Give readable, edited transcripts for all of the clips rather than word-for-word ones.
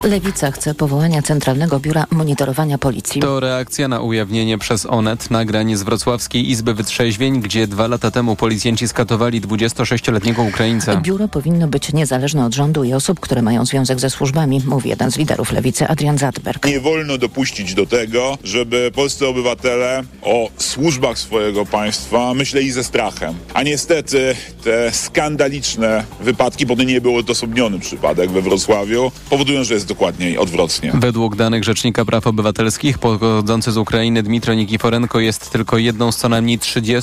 Lewica chce powołania Centralnego Biura Monitorowania Policji. To reakcja na ujawnienie przez Onet nagrań z Wrocławskiej Izby Wytrzeźwień, gdzie 2 lata temu policjanci skatowali 26-letniego Ukraińca. Biuro powinno być niezależne od rządu i osób, które mają związek ze służbami, mówi jeden z liderów Lewicy, Adrian Zandberg. Nie wolno dopuścić do tego, żeby polscy obywatele o służbach swojego państwa myśleli ze strachem. A niestety te skandaliczne wypadki, bo to nie był odosobniony przypadek we Wrocławiu, powodują, że jest dokładnie odwrotnie. Według danych Rzecznika Praw Obywatelskich pochodzący z Ukrainy Dmytro Nikiforenko jest tylko jedną z co najmniej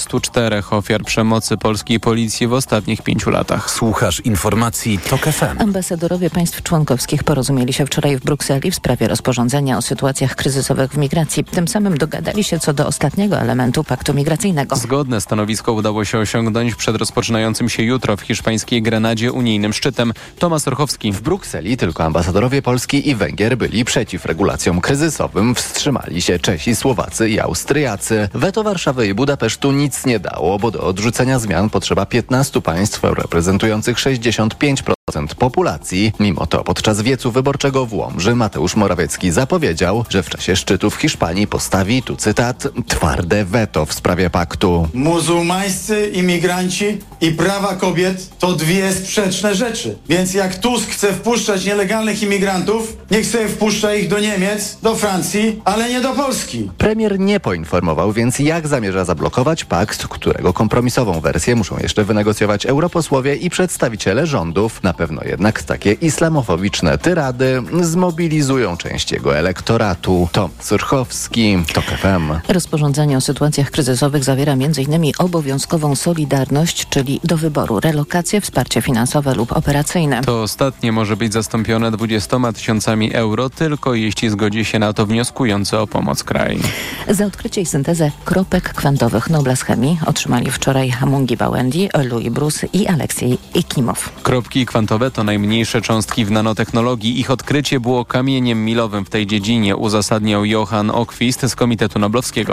34 ofiar przemocy polskiej policji w ostatnich 5 latach. Słuchasz informacji TOK FM. Ambasadorowie państw członkowskich porozumieli się wczoraj w Brukseli w sprawie rozporządzenia o sytuacjach kryzysowych w migracji. Tym samym dogadali się co do ostatniego elementu paktu migracyjnego. Zgodne stanowisko udało się osiągnąć przed rozpoczynającym się jutro w hiszpańskiej Grenadzie unijnym szczytem. Tomasz Orchowski. W Brukseli tylko ambasadorowie Polski i Węgier byli przeciw regulacjom kryzysowym. Wstrzymali się Czesi, Słowacy i Austriacy. Weto Warszawy i Budapesztu nic nie dało, bo do odrzucenia zmian potrzeba 15 państw reprezentujących 65% populacji. Mimo to podczas wiecu wyborczego w Łomży Mateusz Morawiecki zapowiedział, że w czasie szczytu w Hiszpanii postawi, tu cytat, twarde weto w sprawie paktu. Muzułmańscy imigranci i prawa kobiet to dwie sprzeczne rzeczy. Więc jak Tusk chce wpuszczać nielegalnych imigrantów, niech sobie wpuszcza ich do Niemiec, do Francji, ale nie do Polski. Premier nie poinformował więc, jak zamierza zablokować pakt, którego kompromisową wersję muszą jeszcze wynegocjować europosłowie i przedstawiciele rządów. Na pewno jednak takie islamofobiczne tyrady zmobilizują część jego elektoratu. Tomasz Orchowski, TOK FM. Rozporządzenie o sytuacjach kryzysowych zawiera m.in. obowiązkową solidarność, czyli do wyboru relokacje, wsparcie finansowe lub operacyjne. To ostatnie może być zastąpione 20 000 euro, tylko jeśli zgodzi się na to wnioskujący o pomoc kraj. Za odkrycie i syntezę kropek kwantowych Nobla z chemii otrzymali wczoraj Mungi Bawendi, Louis Bruce i Aleksiej Ekimow. Kropki kwantowe to najmniejsze cząstki w nanotechnologii. Ich odkrycie było kamieniem milowym w tej dziedzinie, uzasadniał Johan Okvist z Komitetu Noblowskiego.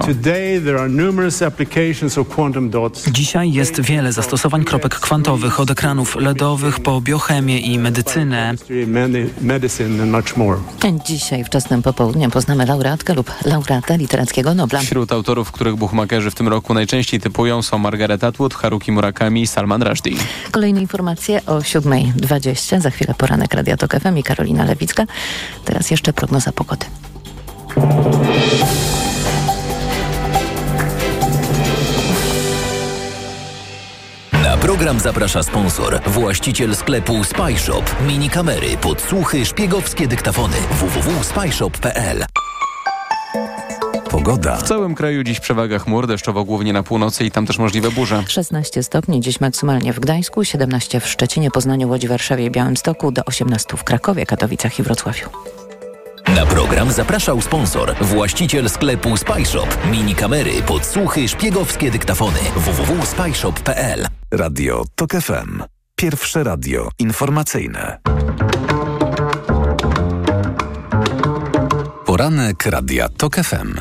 Dzisiaj jest wiele zastosowań kropek kwantowych, od ekranów LEDowych po biochemię i medycynę. Dzisiaj wczesnym popołudniem poznamy laureatkę lub laureata literackiego Nobla. Wśród autorów, których buchmakerzy w tym roku najczęściej typują, są Margaret Atwood, Haruki Murakami i Salman Rushdie. Kolejne informacje o 7:20. Za chwilę poranek Radia TOK FM i Karolina Lewicka. Teraz jeszcze prognoza pogody. Na program zaprasza sponsor, właściciel sklepu SpyShop. Mini kamery, podsłuchy, szpiegowskie dyktafony. www.spyshop.pl. Pogoda. W całym kraju dziś przewaga chmur, deszczowo głównie na północy i tam też możliwe burze. 16 stopni dziś maksymalnie w Gdańsku, 17 w Szczecinie, Poznaniu, Łodzi, Warszawie i Białymstoku, do 18 w Krakowie, Katowicach i Wrocławiu. Na program zapraszał sponsor, właściciel sklepu SpyShop. Mini kamery, podsłuchy, szpiegowskie dyktafony. www.spyshop.pl. Radio TOK FM. Pierwsze radio informacyjne. Poranek Radia TOK FM.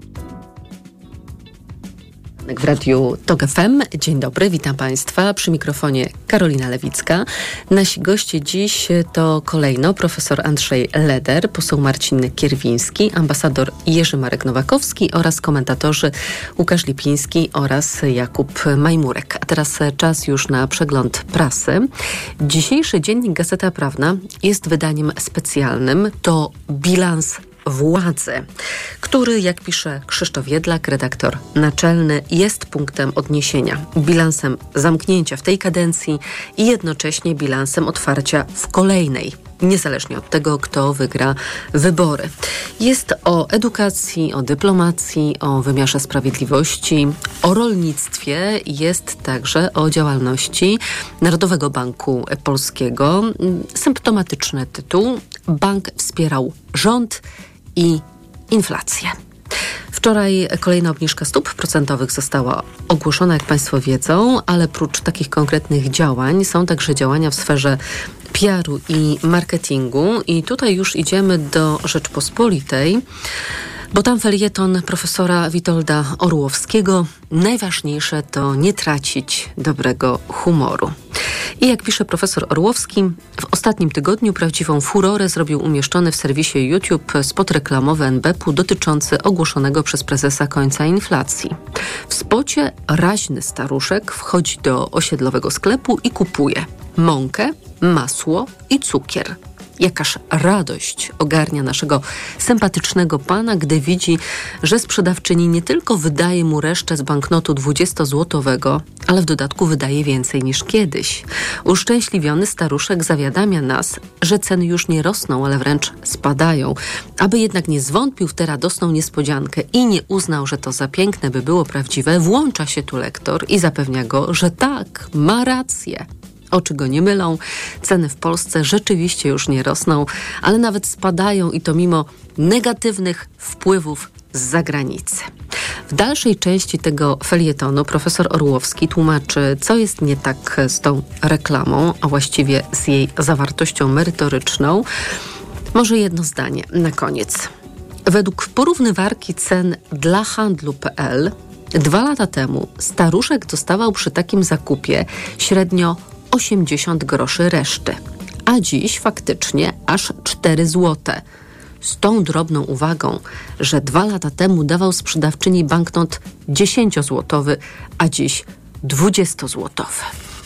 W Radiu TOK FM. Dzień dobry, witam Państwa. Przy mikrofonie Karolina Lewicka. Nasi goście dziś to kolejno profesor Andrzej Leder, poseł Marcin Kierwiński, ambasador Jerzy Marek Nowakowski oraz komentatorzy Łukasz Lipiński oraz Jakub Majmurek. A teraz czas już na przegląd prasy. Dzisiejszy dziennik Gazeta Prawna jest wydaniem specjalnym. To bilans władzy, który, jak pisze Krzysztof Jedlak, redaktor naczelny, jest punktem odniesienia, bilansem zamknięcia w tej kadencji i jednocześnie bilansem otwarcia w kolejnej, niezależnie od tego, kto wygra wybory. Jest o edukacji, o dyplomacji, o wymiarze sprawiedliwości, o rolnictwie, jest także o działalności Narodowego Banku Polskiego. Symptomatyczny tytuł: Bank wspierał rząd i inflację. Wczoraj kolejna obniżka stóp procentowych została ogłoszona, jak Państwo wiedzą, ale prócz takich konkretnych działań są także działania w sferze PR-u i marketingu. I tutaj już idziemy do Rzeczpospolitej. Bo tam felieton profesora Witolda Orłowskiego. Najważniejsze to nie tracić dobrego humoru. I jak pisze profesor Orłowski, w ostatnim tygodniu prawdziwą furorę zrobił umieszczony w serwisie YouTube spot reklamowy NBP-u dotyczący ogłoszonego przez prezesa końca inflacji. W spocie raźny staruszek wchodzi do osiedlowego sklepu i kupuje mąkę, masło i cukier. Jakaż radość ogarnia naszego sympatycznego pana, gdy widzi, że sprzedawczyni nie tylko wydaje mu resztę z banknotu 20-złotowego, ale w dodatku wydaje więcej niż kiedyś. Uszczęśliwiony staruszek zawiadamia nas, że ceny już nie rosną, ale wręcz spadają. Aby jednak nie zwątpił w tę radosną niespodziankę i nie uznał, że to za piękne, by było prawdziwe, włącza się tu lektor i zapewnia go, że tak, ma rację. Oczy go nie mylą, ceny w Polsce rzeczywiście już nie rosną, ale nawet spadają i to mimo negatywnych wpływów z zagranicy. W dalszej części tego felietonu profesor Orłowski tłumaczy, co jest nie tak z tą reklamą, a właściwie z jej zawartością merytoryczną. Może jedno zdanie na koniec. Według porównywarki cen dla handlu.pl 2 lata temu staruszek dostawał przy takim zakupie średnio 80 groszy reszty, a dziś faktycznie aż 4 złote. Z tą drobną uwagą, że 2 lata temu dawał sprzedawczyni banknot 10-złotowy, a dziś 20-złotowy.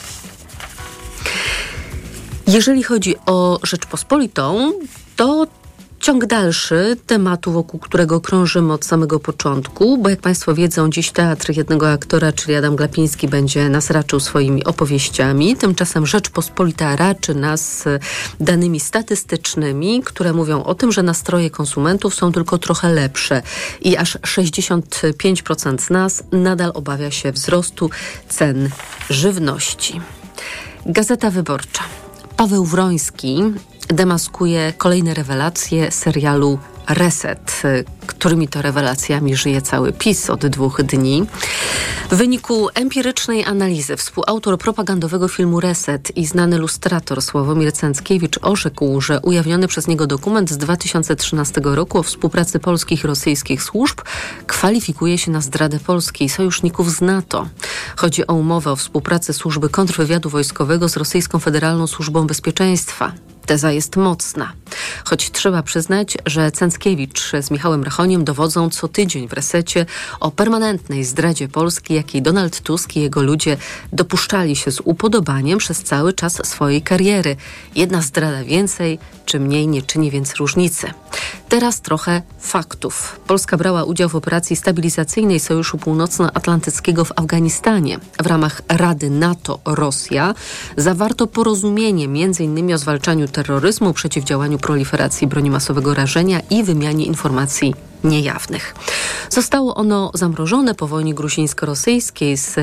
Jeżeli chodzi o Rzeczpospolitą, to ciąg dalszy tematu, wokół którego krążymy od samego początku, bo jak Państwo wiedzą, dziś Teatr Jednego Aktora, czyli Adam Glapiński, będzie nas raczył swoimi opowieściami. Tymczasem Rzeczpospolita raczy nas danymi statystycznymi, które mówią o tym, że nastroje konsumentów są tylko trochę lepsze i aż 65% z nas nadal obawia się wzrostu cen żywności. Gazeta Wyborcza. Paweł Wroński demaskuje kolejne rewelacje serialu Reset, którymi to rewelacjami żyje cały PiS od 2 dni. W wyniku empirycznej analizy współautor propagandowego filmu Reset i znany lustrator Sławomir Cęckiewicz orzekł, że ujawniony przez niego dokument z 2013 roku o współpracy polskich i rosyjskich służb kwalifikuje się na zdradę Polski i sojuszników z NATO. Chodzi o umowę o współpracy służby kontrwywiadu wojskowego z rosyjską Federalną Służbą Bezpieczeństwa. Teza jest mocna. Choć trzeba przyznać, że Cęckiewicz z Michałem Rachoniem dowodzą co tydzień w Resecie o permanentnej zdradzie Polski, jakiej Donald Tusk i jego ludzie dopuszczali się z upodobaniem przez cały czas swojej kariery. Jedna zdrada więcej czy mniej nie czyni więc różnicy. Teraz trochę faktów. Polska brała udział w operacji stabilizacyjnej Sojuszu Północnoatlantyckiego w Afganistanie. W ramach Rady NATO-Rosja zawarto porozumienie m.in. o zwalczaniu terroryzmu, przeciwdziałaniu proliferacji broni masowego rażenia i wymianie informacji niejawnych. Zostało ono zamrożone po wojnie gruzińsko-rosyjskiej z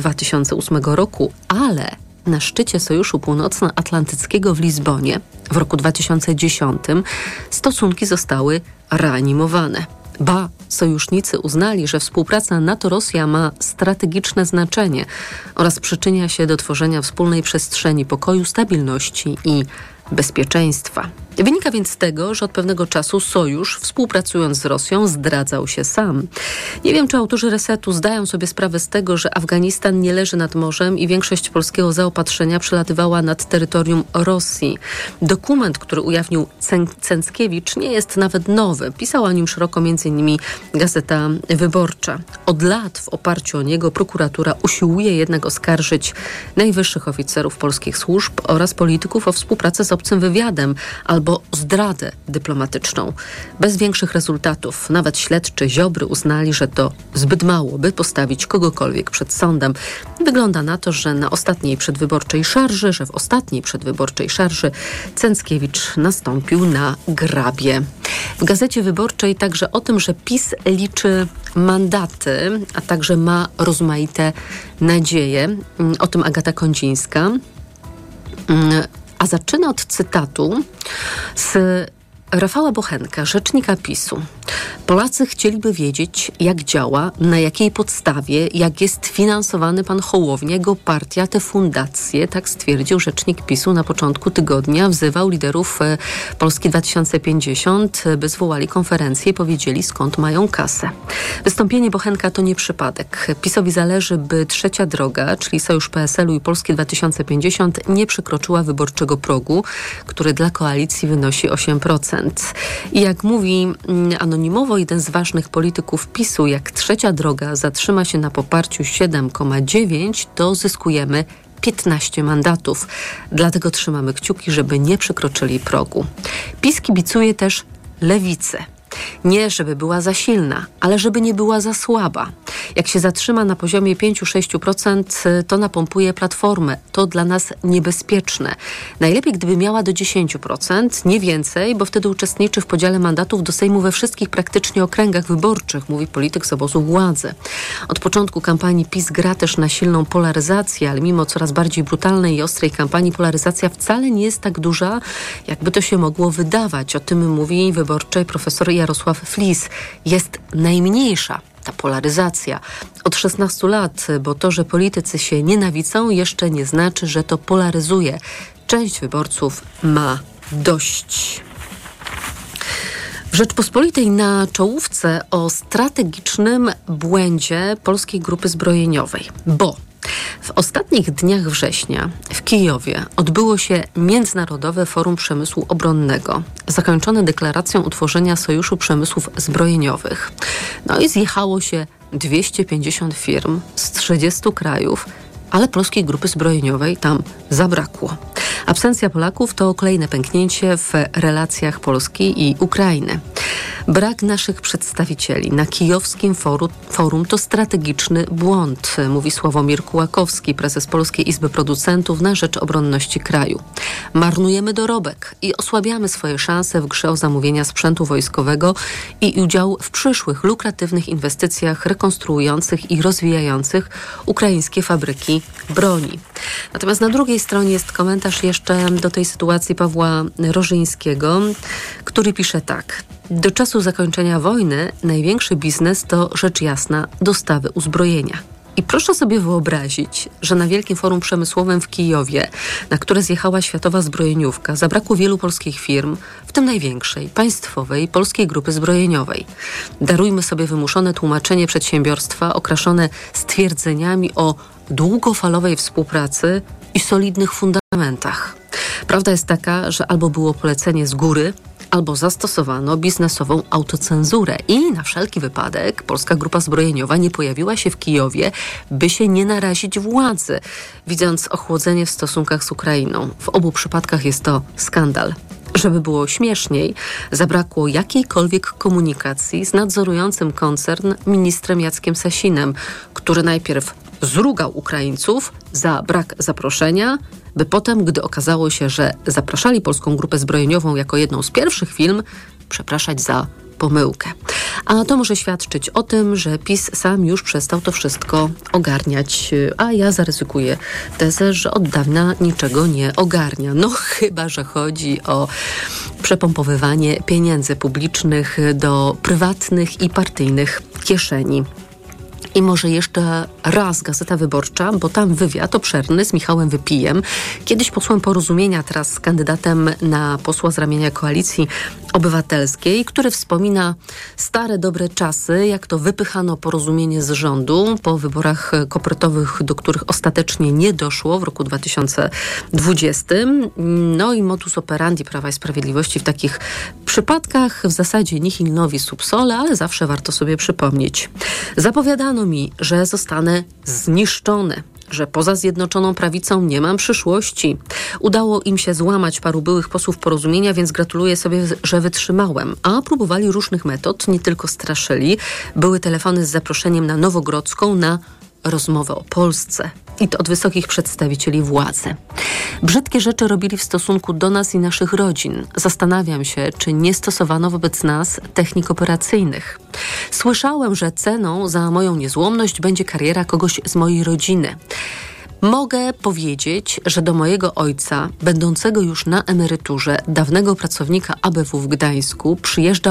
2008 roku, ale na szczycie Sojuszu Północnoatlantyckiego w Lizbonie w roku 2010 stosunki zostały reanimowane. Ba, sojusznicy uznali, że współpraca NATO-Rosja ma strategiczne znaczenie oraz przyczynia się do tworzenia wspólnej przestrzeni pokoju, stabilności i bezpieczeństwa. Wynika więc z tego, że od pewnego czasu sojusz, współpracując z Rosją, zdradzał się sam. Nie wiem, czy autorzy Resetu zdają sobie sprawę z tego, że Afganistan nie leży nad morzem i większość polskiego zaopatrzenia przelatywała nad terytorium Rosji. Dokument, który ujawnił Cęckiewicz, nie jest nawet nowy. Pisała o nim szeroko m.in. Gazeta Wyborcza. Od lat w oparciu o niego prokuratura usiłuje jednak oskarżyć najwyższych oficerów polskich służb oraz polityków o współpracę z obcym wywiadem albo zdradę dyplomatyczną. Bez większych rezultatów. Nawet śledczy Ziobry uznali, że to zbyt mało, by postawić kogokolwiek przed sądem. Wygląda na to, że w ostatniej przedwyborczej szarży Cęckiewicz nastąpił na grabie. W Gazecie Wyborczej także o tym, że PiS liczy mandaty, a także ma rozmaite nadzieje. O tym Agata Kondzińska. A zaczyna od cytatu z Rafała Bochenka, rzecznika PiS-u. Polacy chcieliby wiedzieć, jak działa, na jakiej podstawie, jak jest finansowany pan Hołownia, jego partia, te fundacje, tak stwierdził rzecznik PiS-u na początku tygodnia. Wzywał liderów Polski 2050, by zwołali konferencję i powiedzieli, skąd mają kasę. Wystąpienie Bochenka to nie przypadek. PiS-owi zależy, by trzecia droga, czyli sojusz PSL-u i Polski 2050 nie przekroczyła wyborczego progu, który dla koalicji wynosi 8%. I jak mówi anonimowo jeden z ważnych polityków PiS-u, jak trzecia droga zatrzyma się na poparciu 7,9, to zyskujemy 15 mandatów. Dlatego trzymamy kciuki, żeby nie przekroczyli progu. PiS kibicuje też Lewicy. Nie, żeby była za silna, ale żeby nie była za słaba. Jak się zatrzyma na poziomie 5-6%, to napompuje Platformę. To dla nas niebezpieczne. Najlepiej, gdyby miała do 10%, nie więcej, bo wtedy uczestniczy w podziale mandatów do Sejmu we wszystkich praktycznie okręgach wyborczych, mówi polityk z obozu władzy. Od początku kampanii PiS gra też na silną polaryzację, ale mimo coraz bardziej brutalnej i ostrej kampanii polaryzacja wcale nie jest tak duża, jakby to się mogło wydawać. O tym mówi wyborczy profesor Jarosław Flis. Jest najmniejsza ta polaryzacja od 16 lat, bo to, że politycy się nienawidzą, jeszcze nie znaczy, że to polaryzuje. Część wyborców ma dość. W Rzeczpospolitej na czołówce o strategicznym błędzie Polskiej Grupy Zbrojeniowej, bo w ostatnich dniach września w Kijowie odbyło się Międzynarodowe Forum Przemysłu Obronnego, zakończone deklaracją utworzenia Sojuszu Przemysłów Zbrojeniowych. No i zjechało się 250 firm z 30 krajów, ale Polskiej Grupy Zbrojeniowej tam zabrakło. Absencja Polaków to kolejne pęknięcie w relacjach Polski i Ukrainy. Brak naszych przedstawicieli na kijowskim forum to strategiczny błąd, mówi Sławomir Kułakowski, prezes Polskiej Izby Producentów na rzecz obronności kraju. Marnujemy dorobek i osłabiamy swoje szanse w grze o zamówienia sprzętu wojskowego i udział w przyszłych lukratywnych inwestycjach rekonstruujących i rozwijających ukraińskie fabryki broni. Natomiast na drugiej stronie jest komentarz jeszcze do tej sytuacji Pawła Rożyńskiego, który pisze tak. Do czasu zakończenia wojny największy biznes to rzecz jasna dostawy uzbrojenia. I proszę sobie wyobrazić, że na Wielkim Forum Przemysłowym w Kijowie, na które zjechała światowa zbrojeniówka, zabrakło wielu polskich firm, w tym największej, państwowej, Polskiej Grupy Zbrojeniowej. Darujmy sobie wymuszone tłumaczenie przedsiębiorstwa okraszone stwierdzeniami o długofalowej współpracy i solidnych fundamentach. Prawda jest taka, że albo było polecenie z góry, albo zastosowano biznesową autocenzurę i na wszelki wypadek Polska Grupa Zbrojeniowa nie pojawiła się w Kijowie, by się nie narazić władzy, widząc ochłodzenie w stosunkach z Ukrainą. W obu przypadkach jest to skandal. Żeby było śmieszniej, zabrakło jakiejkolwiek komunikacji z nadzorującym koncern ministrem Jackiem Sasinem, który najpierw zrugał Ukraińców za brak zaproszenia, by potem, gdy okazało się, że zapraszali Polską Grupę Zbrojeniową jako jedną z pierwszych firm, przepraszać za pomyłkę. A to może świadczyć o tym, że PiS sam już przestał to wszystko ogarniać, a ja zaryzykuję tezę, że od dawna niczego nie ogarnia. No chyba że chodzi o przepompowywanie pieniędzy publicznych do prywatnych i partyjnych kieszeni. I może jeszcze raz Gazeta Wyborcza, bo tam wywiad obszerny z Michałem Wypijem, kiedyś posłem Porozumienia, teraz kandydatem na posła z ramienia Koalicji Obywatelskiej, który wspomina stare, dobre czasy, jak to wypychano Porozumienie z rządu po wyborach kopertowych, do których ostatecznie nie doszło w roku 2020. No i modus operandi Prawa i Sprawiedliwości w takich przypadkach w zasadzie nihil novi sub sole, ale zawsze warto sobie przypomnieć. Zapowiadano mi, że zostanę zniszczony, że poza Zjednoczoną Prawicą nie mam przyszłości. Udało im się złamać paru byłych posłów Porozumienia, więc gratuluję sobie, że wytrzymałem. A próbowali różnych metod, nie tylko straszyli. Były telefony z zaproszeniem na Nowogrodzką, na rozmowę o Polsce. I to od wysokich przedstawicieli władzy. Brzydkie rzeczy robili w stosunku do nas i naszych rodzin. Zastanawiam się, czy nie stosowano wobec nas technik operacyjnych. Słyszałem, że ceną za moją niezłomność będzie kariera kogoś z mojej rodziny. Mogę powiedzieć, że do mojego ojca, będącego już na emeryturze, dawnego pracownika ABW w Gdańsku, przyjeżdżał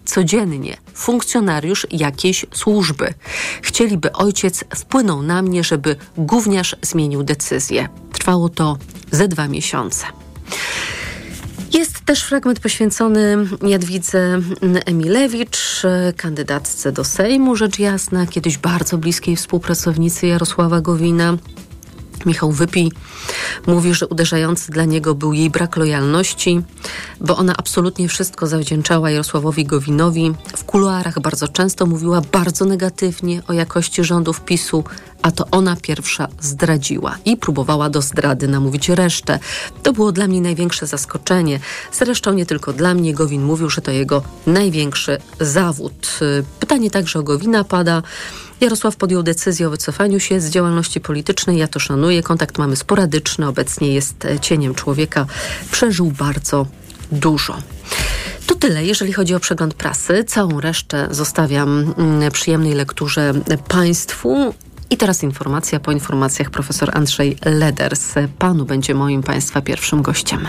codziennie funkcjonariusz jakiejś służby. Chcieliby ojciec wpłynął na mnie, żeby gówniarz zmienił decyzję. Trwało to ze 2 miesiące. Jest też fragment poświęcony Jadwidze Emilewicz, kandydatce do Sejmu, rzecz jasna, kiedyś bardzo bliskiej współpracownicy Jarosława Gowina. Michał Wypij mówi, że uderzający dla niego był jej brak lojalności, bo ona absolutnie wszystko zawdzięczała Jarosławowi Gowinowi. W kuluarach bardzo często mówiła bardzo negatywnie o jakości rządów PiS-u, a to ona pierwsza zdradziła i próbowała do zdrady namówić resztę. To było dla mnie największe zaskoczenie. Zresztą nie tylko dla mnie. Gowin mówił, że to jego największy zawód. Pytanie także o Gowina pada. Jarosław podjął decyzję o wycofaniu się z działalności politycznej. Ja to szanuję. Kontakt mamy sporadyczny. Obecnie jest cieniem człowieka. Przeżył bardzo dużo. To tyle, jeżeli chodzi o przegląd prasy. Całą resztę zostawiam przyjemnej lekturze Państwu. I teraz informacja. Po informacjach profesor Andrzej Leder z PAN-u będzie moim Państwa pierwszym gościem.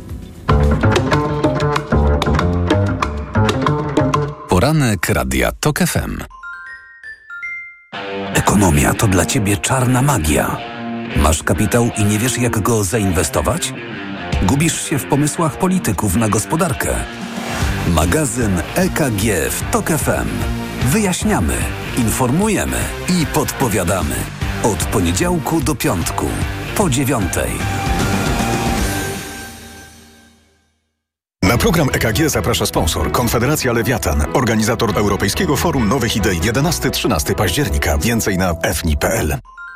Poranek Radia TOK FM. Ekonomia to dla Ciebie czarna magia. Masz kapitał i nie wiesz, jak go zainwestować? Gubisz się w pomysłach polityków na gospodarkę? Magazyn EKG w TOK FM. Wyjaśniamy, informujemy i podpowiadamy. Od poniedziałku do piątku, po 9:00. Na program EKG zaprasza sponsor Konfederacja Lewiatan, organizator Europejskiego Forum Nowych Idei 11-13 października. Więcej na fni.pl.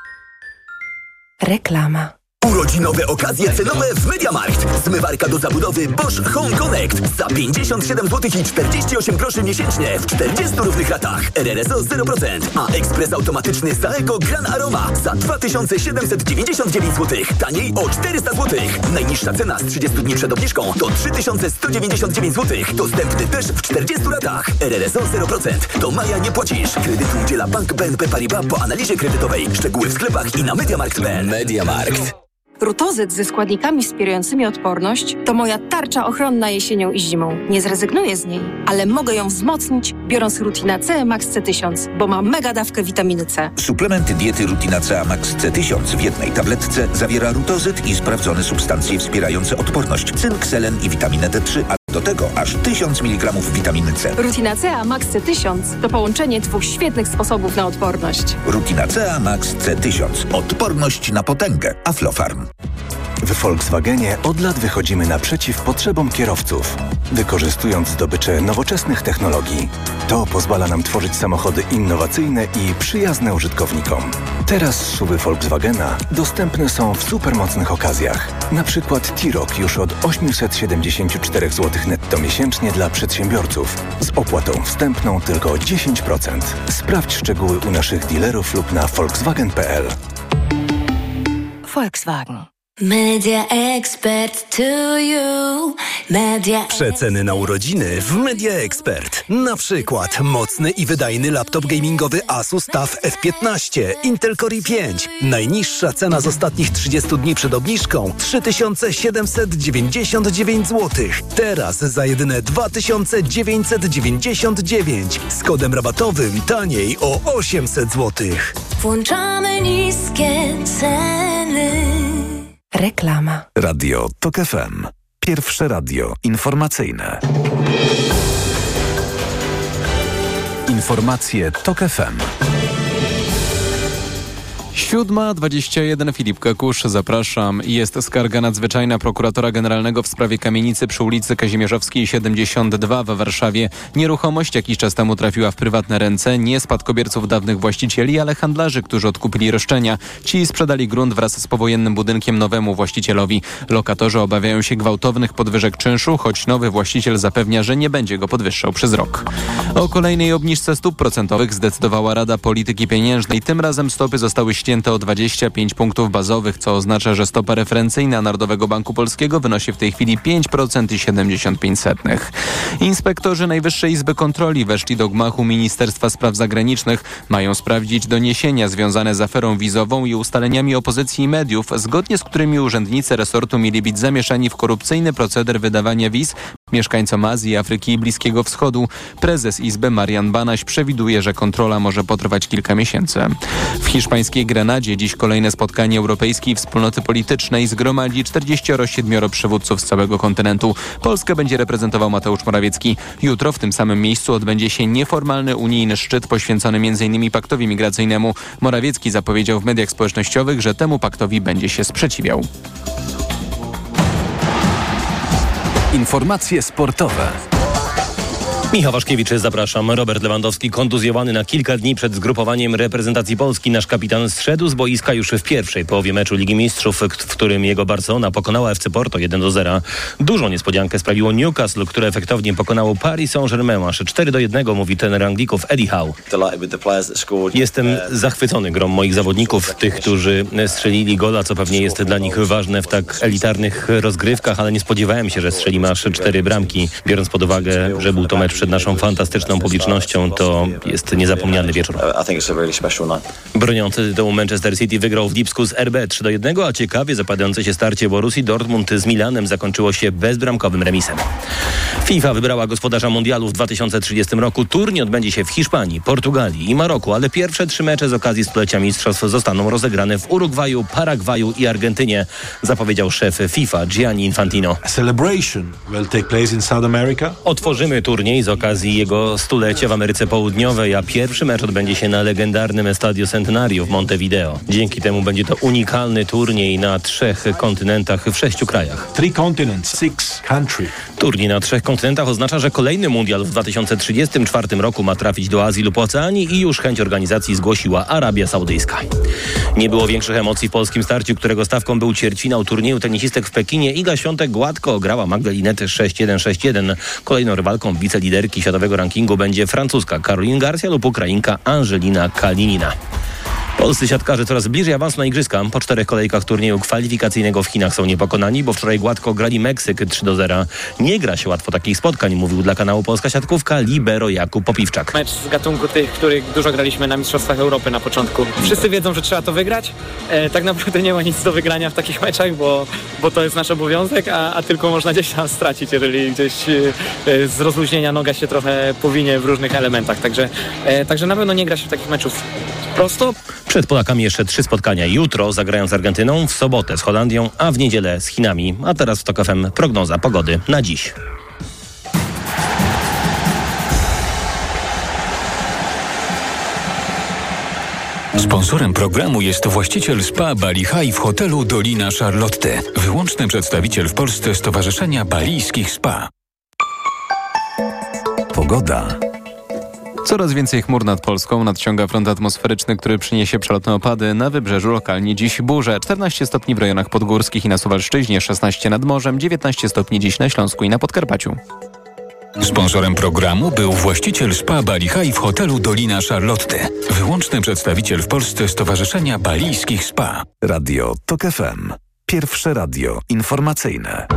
Reklama. Urodzinowe okazje cenowe w MediaMarkt. Zmywarka do zabudowy Bosch Home Connect za 57 zł i 48 groszy miesięcznie w 40 równych ratach. RRSO 0%, a ekspres automatyczny Saeco Gran Aroma za 2799 zł. Taniej o 400 zł. Najniższa cena z 30 dni przed obniżką to 3199 zł. Dostępny też w 40 ratach. RRSO 0%. Do maja nie płacisz. Kredytu udziela Bank BNP Paribas po analizie kredytowej. Szczegóły w sklepach i na MediaMarkt.pl. MediaMarkt. Rutozyt ze składnikami wspierającymi odporność to moja tarcza ochronna jesienią i zimą. Nie zrezygnuję z niej, ale mogę ją wzmocnić, biorąc Rutina C Max C1000, bo ma mega dawkę witaminy C. Suplement diety Rutina C Max C1000 w jednej tabletce zawiera rutozyt i sprawdzone substancje wspierające odporność, cynk, selen i witaminę D3, a do tego aż 1000 mg witaminy C. Rutina C Max C1000 to połączenie 2 świetnych sposobów na odporność. Rutina C Max C1000. Odporność na potęgę. Aflofarm. W Volkswagenie od lat wychodzimy naprzeciw potrzebom kierowców, wykorzystując zdobycze nowoczesnych technologii. To pozwala nam tworzyć samochody innowacyjne i przyjazne użytkownikom. Teraz SUV-y Volkswagena dostępne są w supermocnych okazjach. Na przykład T-Roc już od 874 zł netto miesięcznie dla przedsiębiorców z opłatą wstępną tylko 10%. Sprawdź szczegóły u naszych dealerów lub na volkswagen.pl. Volkswagen. Media Expert to you. Przeceny na urodziny w Media Expert. Na przykład mocny i wydajny laptop gamingowy Asus TUF F15, Intel Core i5. Najniższa cena z ostatnich 30 dni przed obniżką 3799 zł. Teraz za jedyne 2999 z kodem rabatowym taniej o 800 zł. Włączamy niskie ceny. Reklama. Radio TOK FM. Pierwsze radio informacyjne. Informacje TOK FM. 7:21. Filip Kakusz, zapraszam. Jest skarga nadzwyczajna prokuratora generalnego w sprawie kamienicy przy ulicy Kazimierzowskiej 72 w Warszawie. Nieruchomość jakiś czas temu trafiła w prywatne ręce, nie spadkobierców dawnych właścicieli, ale handlarzy, którzy odkupili roszczenia. Ci sprzedali grunt wraz z powojennym budynkiem nowemu właścicielowi. Lokatorzy obawiają się gwałtownych podwyżek czynszu, choć nowy właściciel zapewnia, że nie będzie go podwyższał przez rok. O kolejnej obniżce stóp procentowych zdecydowała Rada Polityki Pieniężnej. Tym razem stopy zostały ścięte o 25 punktów bazowych, co oznacza, że stopa referencyjna Narodowego Banku Polskiego wynosi w tej chwili 5,75%. Inspektorzy Najwyższej Izby Kontroli weszli do gmachu Ministerstwa Spraw Zagranicznych. Mają sprawdzić doniesienia związane z aferą wizową i ustaleniami opozycji i mediów, zgodnie z którymi urzędnicy resortu mieli być zamieszani w korupcyjny proceder wydawania wiz mieszkańcom Azji, Afryki i Bliskiego Wschodu. Prezes Izby Marian Banaś przewiduje, że kontrola może potrwać kilka miesięcy. W hiszpańskiej Grenadzie dziś kolejne spotkanie Europejskiej Wspólnoty Politycznej zgromadzi 47 przywódców z całego kontynentu. Polskę będzie reprezentował Mateusz Morawiecki. Jutro w tym samym miejscu odbędzie się nieformalny unijny szczyt poświęcony m.in. paktowi migracyjnemu. Morawiecki zapowiedział w mediach społecznościowych, że temu paktowi będzie się sprzeciwiał. Informacje sportowe. Michał Waszkiewicz, zapraszam. Robert Lewandowski kontuzjowany na kilka dni przed zgrupowaniem reprezentacji Polski. Nasz kapitan zszedł z boiska już w pierwszej połowie meczu Ligi Mistrzów, w którym jego Barcelona pokonała FC Porto 1-0. Dużą niespodziankę sprawiło Newcastle, które efektownie pokonało Paris Saint-Germain aż 4-1, mówi trener Anglików Eddie Howe. Jestem zachwycony grą moich zawodników, tych, którzy strzelili gola, co pewnie jest dla nich ważne w tak elitarnych rozgrywkach, ale nie spodziewałem się, że strzelimy aż 4 bramki. Biorąc pod uwagę, że był to mecz przed naszą fantastyczną publicznością, to jest niezapomniany wieczór. Broniący tytułu Manchester City wygrał w Lipsku z RB 3-1, a ciekawie zapadające się starcie Borussii Dortmund z Milanem zakończyło się bezbramkowym remisem. FIFA wybrała gospodarza mundialu w 2030 roku. Turniej odbędzie się w Hiszpanii, Portugalii i Maroku, ale pierwsze 3 mecze z okazji stulecia mistrzostw zostaną rozegrane w Urugwaju, Paragwaju i Argentynie, zapowiedział szef FIFA Gianni Infantino. Otworzymy turniej z okazji jego stulecia w Ameryce Południowej, a pierwszy mecz odbędzie się na legendarnym Estadio Centenario w Montevideo. Dzięki temu będzie to unikalny turniej na 3 kontynentach w 6 krajach. 3 continents, 6 countries. Turniej na 3 kontynentach oznacza, że kolejny mundial w 2034 roku ma trafić do Azji lub Oceanii i już chęć organizacji zgłosiła Arabia Saudyjska. Nie było większych emocji w polskim starciu, którego stawką był ćwierćfinał turnieju tenisistek w Pekinie. Iga Świątek gładko ograła Magdalinę 6-1, 6-1. Kolejną rywalką wiceliderki światowego rankingu będzie francuska Caroline Garcia lub Ukrainka Angelina Kalinina. Polscy siatkarze coraz bliżej awansu na igrzyska. Po 4 kolejkach turnieju kwalifikacyjnego w Chinach są niepokonani, bo wczoraj gładko grali Meksyk 3-0. Nie gra się łatwo takich spotkań, mówił dla kanału Polska Siatkówka libero Jakub Popiwczak. Mecz z gatunku tych, których dużo graliśmy na Mistrzostwach Europy na początku. Wszyscy wiedzą, że trzeba to wygrać. Tak naprawdę nie ma nic do wygrania w takich meczach, bo to jest nasz obowiązek, a tylko można gdzieś tam stracić, jeżeli gdzieś z rozluźnienia noga się trochę powinie w różnych elementach. Także na pewno nie gra się w takich meczów prosto. Przed Polakami jeszcze 3 spotkania. Jutro zagrają z Argentyną, w sobotę z Holandią, a w niedzielę z Chinami. A teraz w TOK FM prognoza pogody na dziś. Sponsorem programu jest właściciel spa Bali High w hotelu Dolina Charlotte. Wyłączny przedstawiciel w Polsce Stowarzyszenia Balijskich Spa. Pogoda. Coraz więcej chmur nad Polską nadciąga front atmosferyczny, który przyniesie przelotne opady. Na wybrzeżu lokalnie dziś burze. 14 stopni w rejonach podgórskich i na Suwalszczyźnie, 16 nad morzem, 19 stopni dziś na Śląsku i na Podkarpaciu. Sponsorem programu był właściciel spa Bali High w hotelu Dolina Charlotte. Wyłączny przedstawiciel w Polsce Stowarzyszenia Balijskich Spa. Radio TOK FM. Pierwsze radio informacyjne.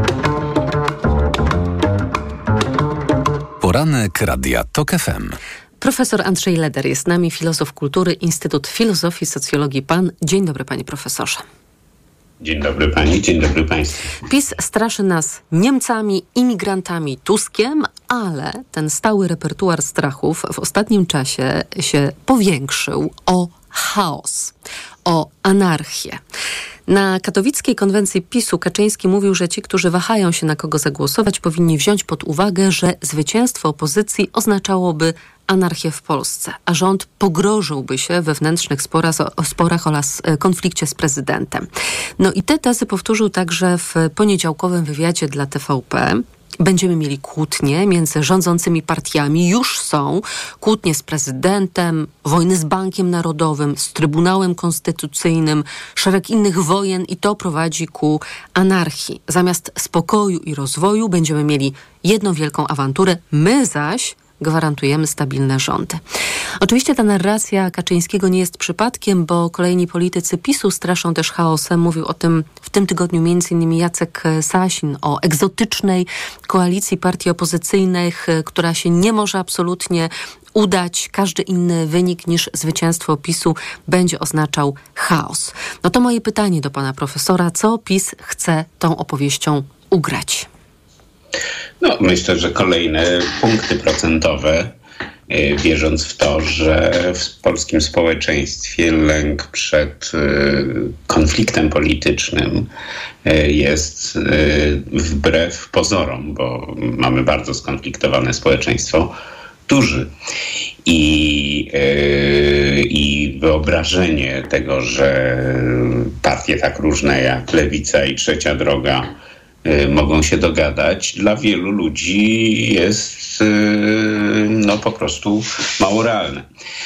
Poranek Radia TOK FM. Profesor Andrzej Leder jest z nami, filozof kultury, Instytut Filozofii, Socjologii PAN. Dzień dobry, panie profesorze. Dzień dobry pani, dzień dobry państwu. PiS straszy nas Niemcami, imigrantami, Tuskiem, ale ten stały repertuar strachów w ostatnim czasie się powiększył o chaos, o anarchię. Na katowickiej konwencji PiS-u Kaczyński mówił, że ci, którzy wahają się na kogo zagłosować, powinni wziąć pod uwagę, że zwycięstwo opozycji oznaczałoby anarchię w Polsce, a rząd pogrożyłby się wewnętrznych sporach oraz konflikcie z prezydentem. No i te tezy powtórzył także w poniedziałkowym wywiadzie dla TVP. Będziemy mieli kłótnie między rządzącymi partiami, już są kłótnie z prezydentem, wojny z Bankiem Narodowym, z Trybunałem Konstytucyjnym, szereg innych wojen i to prowadzi ku anarchii. Zamiast spokoju i rozwoju będziemy mieli jedną wielką awanturę, my zaś gwarantujemy stabilne rządy. Oczywiście ta narracja Kaczyńskiego nie jest przypadkiem, bo kolejni politycy PiS-u straszą też chaosem. Mówił o tym w tym tygodniu m.in. Jacek Sasin, o egzotycznej koalicji partii opozycyjnych, która się nie może absolutnie udać. Każdy inny wynik niż zwycięstwo PiS-u będzie oznaczał chaos. No to moje pytanie do pana profesora. Co PiS chce tą opowieścią ugrać? No, myślę, że kolejne punkty procentowe, wierząc w to, że w polskim społeczeństwie lęk przed konfliktem politycznym jest wbrew pozorom, bo mamy bardzo skonfliktowane społeczeństwo, duży. I wyobrażenie tego, że partie tak różne jak Lewica i Trzecia Droga mogą się dogadać, dla wielu ludzi jest po prostu mało realne.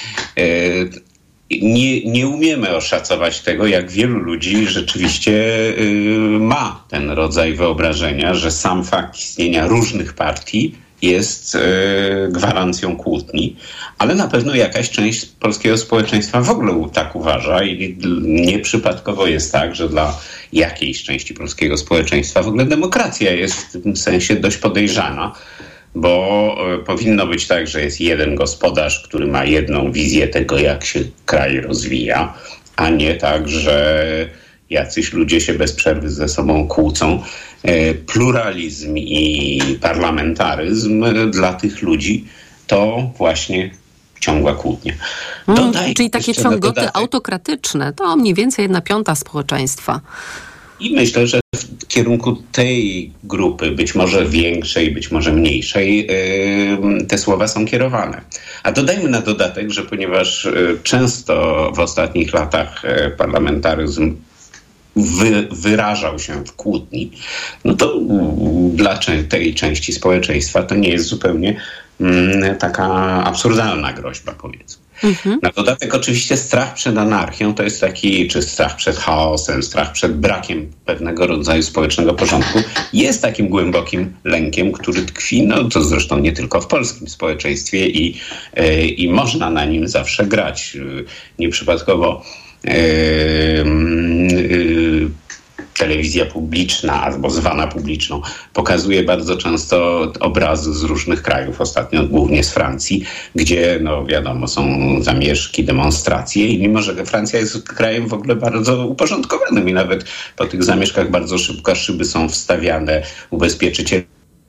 Nie umiemy oszacować tego, jak wielu ludzi rzeczywiście ma ten rodzaj wyobrażenia, że sam fakt istnienia różnych partii jest gwarancją kłótni, ale na pewno jakaś część polskiego społeczeństwa w ogóle tak uważa i nieprzypadkowo jest tak, że dla jakiejś części polskiego społeczeństwa w ogóle demokracja jest w tym sensie dość podejrzana, bo powinno być tak, że jest jeden gospodarz, który ma jedną wizję tego, jak się kraj rozwija, a nie tak, że jacyś ludzie się bez przerwy ze sobą kłócą. Pluralizm i parlamentaryzm dla tych ludzi to właśnie ciągła kłótnia. Czyli takie ciągoty autokratyczne, to mniej więcej 1/5 społeczeństwa. I myślę, że w kierunku tej grupy, być może większej, być może mniejszej, te słowa są kierowane. A dodajmy na dodatek, że ponieważ często w ostatnich latach parlamentaryzm wyrażał się w kłótni, no to dla tej części społeczeństwa to nie jest zupełnie taka absurdalna groźba, powiedzmy. Na dodatek oczywiście strach przed anarchią to jest taki, czy strach przed chaosem, strach przed brakiem pewnego rodzaju społecznego porządku jest takim głębokim lękiem, który tkwi, no to zresztą nie tylko w polskim społeczeństwie i można na nim zawsze grać. Nieprzypadkowo telewizja publiczna, albo zwana publiczną, pokazuje bardzo często obrazy z różnych krajów, ostatnio głównie z Francji, gdzie, no wiadomo, są zamieszki, demonstracje i mimo, że Francja jest krajem w ogóle bardzo uporządkowanym i nawet po tych zamieszkach bardzo szybko szyby są wstawiane, ubezpieczyciele.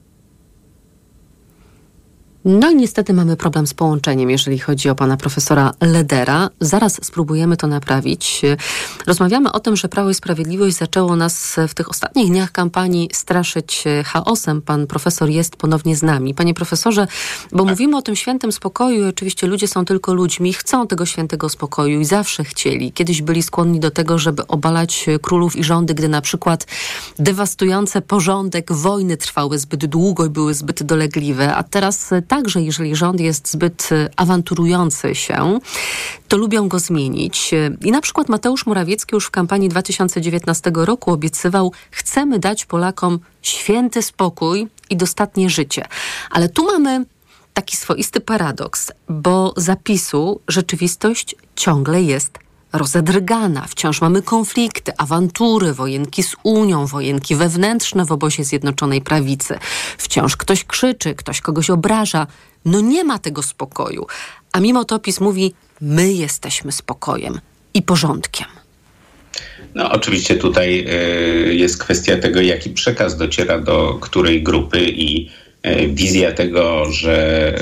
No i niestety mamy problem z połączeniem, jeżeli chodzi o pana profesora Ledera. Zaraz spróbujemy to naprawić. Rozmawiamy o tym, że Prawo i Sprawiedliwość zaczęło nas w tych ostatnich dniach kampanii straszyć chaosem. Pan profesor jest ponownie z nami. Panie profesorze, bo mówimy o tym świętym spokoju i oczywiście ludzie są tylko ludźmi, chcą tego świętego spokoju i zawsze chcieli. Kiedyś byli skłonni do tego, żeby obalać królów i rządy, gdy na przykład dewastujące porządek wojny trwały zbyt długo i były zbyt dolegliwe, a teraz także, jeżeli rząd jest zbyt awanturujący się, to lubią go zmienić. I na przykład Mateusz Morawiecki już w kampanii 2019 roku obiecywał: chcemy dać Polakom święty spokój i dostatnie życie. Ale tu mamy taki swoisty paradoks, bo za PiS-u rzeczywistość ciągle jest rozedrgana. Wciąż mamy konflikty, awantury, wojenki z Unią, wojenki wewnętrzne w obozie Zjednoczonej Prawicy. Wciąż ktoś krzyczy, ktoś kogoś obraża. No nie ma tego spokoju. A mimo to PiS mówi: my jesteśmy spokojem i porządkiem. No oczywiście tutaj jest kwestia tego, jaki przekaz dociera do której grupy i wizja tego, że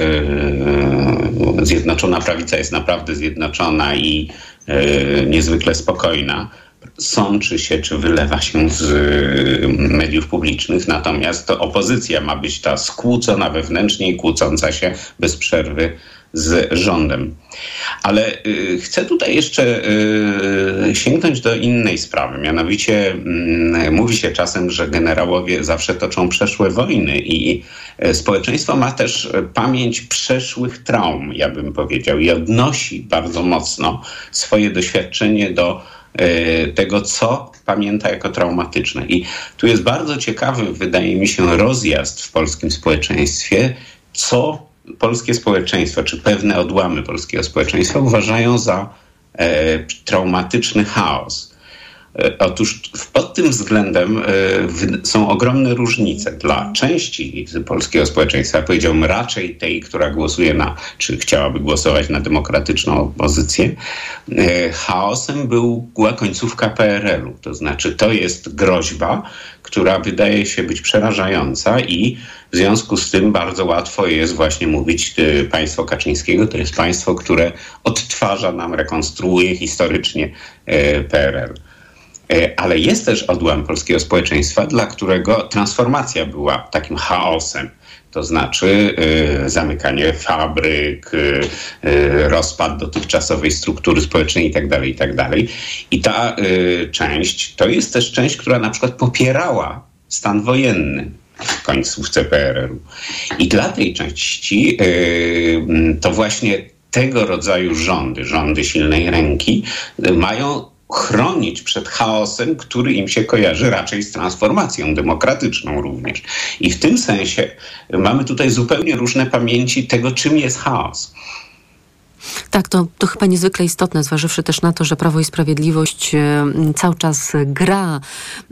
Zjednoczona Prawica jest naprawdę zjednoczona i niezwykle spokojna, sączy się, czy wylewa się z mediów publicznych, natomiast to opozycja ma być ta skłócona wewnętrznie i kłócąca się bez przerwy z rządem. Ale chcę tutaj jeszcze sięgnąć do innej sprawy. Mianowicie mówi się czasem, że generałowie zawsze toczą przeszłe wojny i społeczeństwo ma też pamięć przeszłych traum, ja bym powiedział, i odnosi bardzo mocno swoje doświadczenie do tego, co pamięta jako traumatyczne. I tu jest bardzo ciekawy, wydaje mi się, rozjazd w polskim społeczeństwie, co polskie społeczeństwo, czy pewne odłamy polskiego społeczeństwa uważają za traumatyczny chaos. Otóż pod tym względem są ogromne różnice. Dla części polskiego społeczeństwa, powiedziałbym raczej tej, która głosuje czy chciałaby głosować na demokratyczną opozycję, chaosem była końcówka PRL-u. To znaczy to jest groźba, która wydaje się być przerażająca i w związku z tym bardzo łatwo jest właśnie mówić, państwo Kaczyńskiego to jest państwo, które odtwarza nam, rekonstruuje historycznie PRL. Ale jest też odłam polskiego społeczeństwa, dla którego transformacja była takim chaosem. To znaczy zamykanie fabryk, rozpad dotychczasowej struktury społecznej itd., itd. I ta część to jest też część, która na przykład popierała stan wojenny w końcówce PRL-u. I dla tej części to właśnie tego rodzaju rządy silnej ręki mają chronić przed chaosem, który im się kojarzy raczej z transformacją demokratyczną również. I w tym sensie mamy tutaj zupełnie różne pamięci tego, czym jest chaos. Tak, to chyba niezwykle istotne, zważywszy też na to, że Prawo i Sprawiedliwość cały czas gra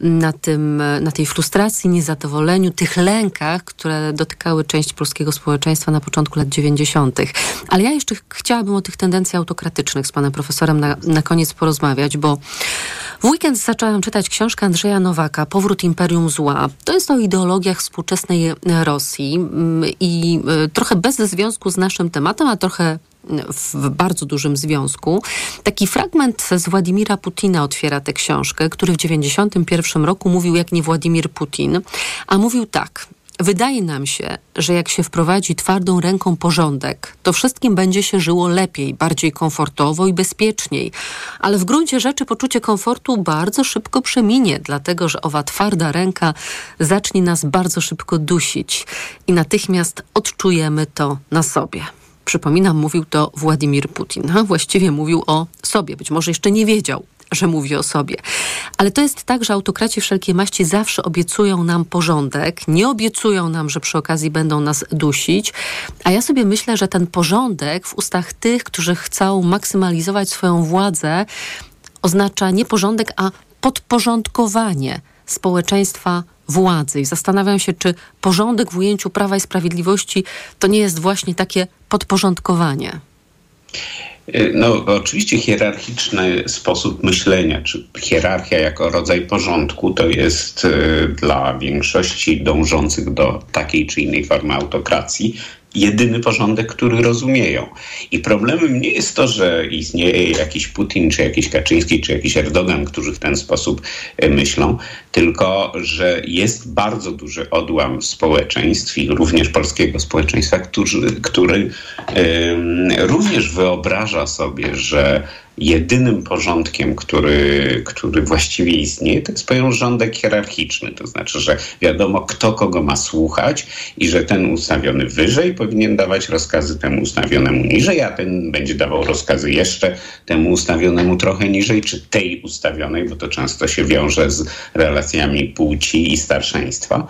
na tej frustracji, niezadowoleniu, tych lękach, które dotykały część polskiego społeczeństwa na początku lat 90. Ale ja jeszcze chciałabym o tych tendencji autokratycznych z panem profesorem na koniec porozmawiać, bo w weekend zaczęłam czytać książkę Andrzeja Nowaka, Powrót Imperium Zła. To jest o ideologiach współczesnej Rosji i trochę bez związku z naszym tematem, a trochę w bardzo dużym związku. Taki fragment z Władimira Putina otwiera tę książkę, który w 1991 roku mówił jak nie Władimir Putin, a mówił tak: wydaje nam się, że jak się wprowadzi twardą ręką porządek, to wszystkim będzie się żyło lepiej, bardziej komfortowo i bezpieczniej. Ale w gruncie rzeczy poczucie komfortu bardzo szybko przeminie, dlatego że owa twarda ręka zacznie nas bardzo szybko dusić i natychmiast odczujemy to na sobie. Przypominam, mówił to Władimir Putin. Właściwie mówił o sobie. Być może jeszcze nie wiedział, że mówi o sobie. Ale to jest tak, że autokraci wszelkiej maści zawsze obiecują nam porządek. Nie obiecują nam, że przy okazji będą nas dusić. A ja sobie myślę, że ten porządek w ustach tych, którzy chcą maksymalizować swoją władzę, oznacza nie porządek, a podporządkowanie społeczeństwa władzy. I zastanawiam się, czy porządek w ujęciu Prawa i Sprawiedliwości to nie jest właśnie takie podporządkowanie. No, oczywiście hierarchiczny sposób myślenia, czy hierarchia jako rodzaj porządku, to jest dla większości dążących do takiej czy innej formy autokracji jedyny porządek, który rozumieją. I problemem nie jest to, że istnieje jakiś Putin, czy jakiś Kaczyński, czy jakiś Erdogan, którzy w ten sposób myślą, tylko że jest bardzo duży odłam społeczeństw i również polskiego społeczeństwa, który również wyobraża sobie, że jedynym porządkiem, który właściwie istnieje, to jest porządek hierarchiczny. To znaczy, że wiadomo, kto kogo ma słuchać i że ten ustawiony wyżej powinien dawać rozkazy temu ustawionemu niżej, a ten będzie dawał rozkazy jeszcze temu ustawionemu trochę niżej, czy tej ustawionej, bo to często się wiąże z relacjami płci i starszeństwa.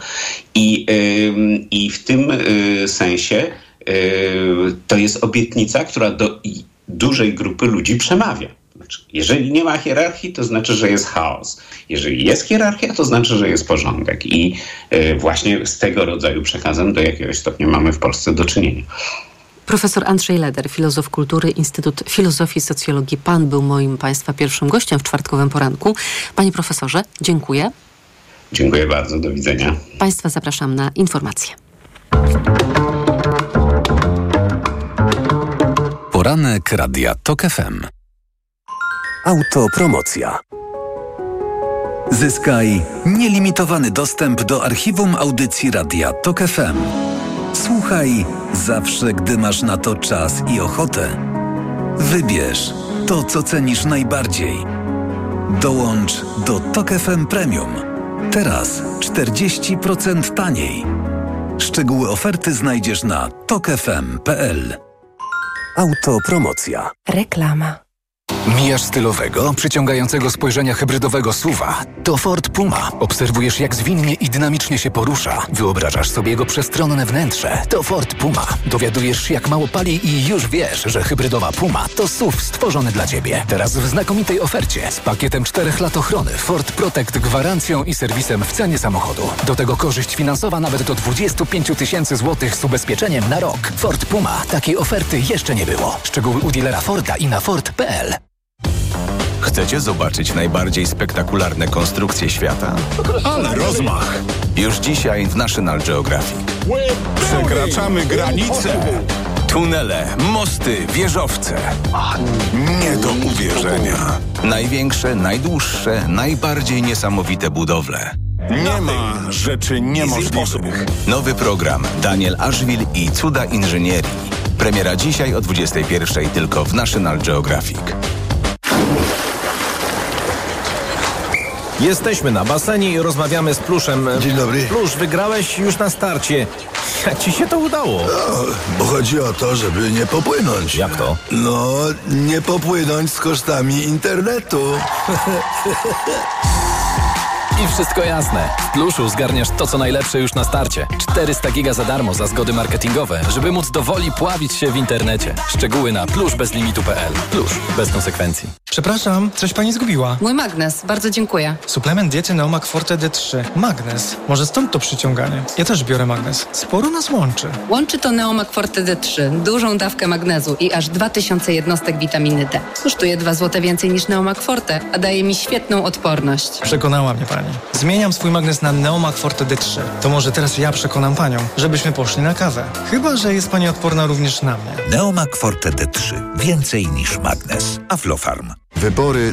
I w tym sensie to jest obietnica, która do dużej grupy ludzi przemawia. Znaczy, jeżeli nie ma hierarchii, to znaczy, że jest chaos. Jeżeli jest hierarchia, to znaczy, że jest porządek. I właśnie z tego rodzaju przekazem do jakiegoś stopnia mamy w Polsce do czynienia. Profesor Andrzej Leder, filozof kultury, Instytut Filozofii i Socjologii. Pan był moim Państwa pierwszym gościem w czwartkowym poranku. Panie profesorze, dziękuję. Dziękuję bardzo, do widzenia. Państwa zapraszam na informacje. Poranek Radia TOK FM. Autopromocja. Zyskaj nielimitowany dostęp do archiwum audycji Radia TOK FM. Słuchaj zawsze, gdy masz na to czas i ochotę. Wybierz to, co cenisz najbardziej. Dołącz do TOK FM Premium. Teraz 40% taniej. Szczegóły oferty znajdziesz na tokfm.pl. Autopromocja. Reklama. Mijasz stylowego, przyciągającego spojrzenia hybrydowego SUV-a. To Ford Puma. Obserwujesz, jak zwinnie i dynamicznie się porusza. Wyobrażasz sobie jego przestronne wnętrze. To Ford Puma. Dowiadujesz się, jak mało pali i już wiesz, że hybrydowa Puma to SUV stworzony dla Ciebie. Teraz w znakomitej ofercie z pakietem 4 lat ochrony, Ford Protect, gwarancją i serwisem w cenie samochodu. Do tego korzyść finansowa nawet do 25 000 złotych z ubezpieczeniem na rok. Ford Puma. Takiej oferty jeszcze nie było. Szczegóły u dealera Forda i na Ford.pl. Chcecie zobaczyć najbardziej spektakularne konstrukcje świata? Ale rozmach! Już dzisiaj w National Geographic. Przekraczamy granice! Tunele, mosty, wieżowce. Nie do uwierzenia. Największe, najdłuższe, najbardziej niesamowite budowle. Nie ma rzeczy niemożliwych. Nowy program Daniel Ashville i cuda inżynierii. Premiera dzisiaj o 21:00 tylko w National Geographic. Jesteśmy na basenie i rozmawiamy z Pluszem. Dzień dobry. Plusz, wygrałeś już na starcie. Jak ci się to udało? No, bo chodzi o to, żeby nie popłynąć. Jak to? No, nie popłynąć z kosztami internetu. I wszystko jasne. W Pluszu zgarniasz to, co najlepsze już na starcie. 400 giga za darmo za zgody marketingowe, żeby móc dowoli pławić się w internecie. Szczegóły na pluszbezlimitu.pl. Plusz, bez konsekwencji. Przepraszam, coś pani zgubiła. Mój magnes, bardzo dziękuję. Suplement diety Neomak Forte D3. Magnes. Może stąd to przyciąganie. Ja też biorę magnes. Sporo nas łączy. Łączy to Neomak Forte D3, dużą dawkę magnezu i aż 2000 jednostek witaminy D. Kosztuje 2 zł więcej niż Neomak Forte, a daje mi świetną odporność. Przekonała mnie pani. Zmieniam swój magnes na Neomak Forte D3. To może teraz ja przekonam panią, żebyśmy poszli na kawę. Chyba że jest pani odporna również na mnie. Neomak Forte D3. Więcej niż magnes. Aflofarm. Wybory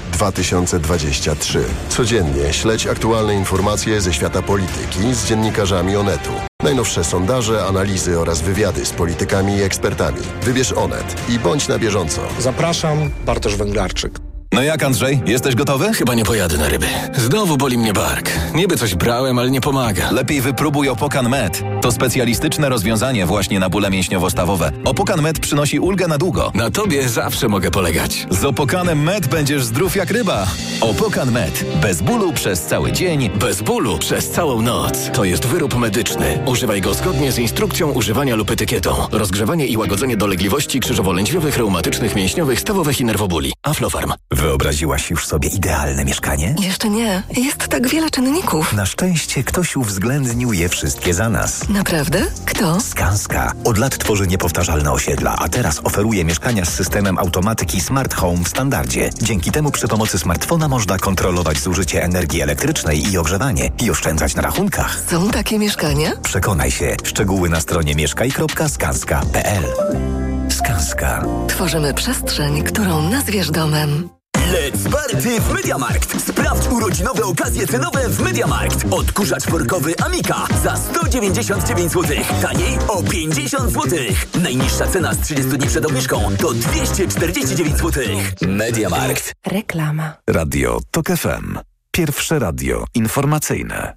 2023. Codziennie śledź aktualne informacje ze świata polityki z dziennikarzami Onetu. Najnowsze sondaże, analizy oraz wywiady z politykami i ekspertami. Wybierz Onet i bądź na bieżąco. Zapraszam, Bartosz Węglarczyk. No jak, Andrzej? Jesteś gotowy? Chyba nie pojadę na ryby. Znowu boli mnie bark. Niby coś brałem, ale nie pomaga. Lepiej wypróbuj Opokan Med. To specjalistyczne rozwiązanie właśnie na bóle mięśniowo-stawowe. Opokan Med przynosi ulgę na długo. Na tobie zawsze mogę polegać. Z Opokanem Med będziesz zdrów jak ryba. Opokan Med. Bez bólu przez cały dzień. Bez bólu przez całą noc. To jest wyrób medyczny. Używaj go zgodnie z instrukcją używania lub etykietą. Rozgrzewanie i łagodzenie dolegliwości krzyżowo-lędźwiowych, reumatycznych, mięśniowych, stawowych i nerwobóli. Aflofarm. Wyobraziłaś już sobie idealne mieszkanie? Jeszcze nie. Jest tak wiele czynników. Na szczęście ktoś uwzględnił je wszystkie za nas. Naprawdę? Kto? Skanska. Od lat tworzy niepowtarzalne osiedla, a teraz oferuje mieszkania z systemem automatyki Smart Home w standardzie. Dzięki temu przy pomocy smartfona można kontrolować zużycie energii elektrycznej i ogrzewanie i oszczędzać na rachunkach. Są takie mieszkania? Przekonaj się. Szczegóły na stronie mieszkaj.skanska.pl. Skanska. Tworzymy przestrzeń, którą nazwiesz domem. Let's party w MediaMarkt. Sprawdź urodzinowe okazje cenowe w MediaMarkt. Odkurzacz workowy Amika za 199 zł. Taniej o 50 zł. Najniższa cena z 30 dni przed obniżką to 249 zł. MediaMarkt. Reklama. Radio TOK FM. Pierwsze radio informacyjne.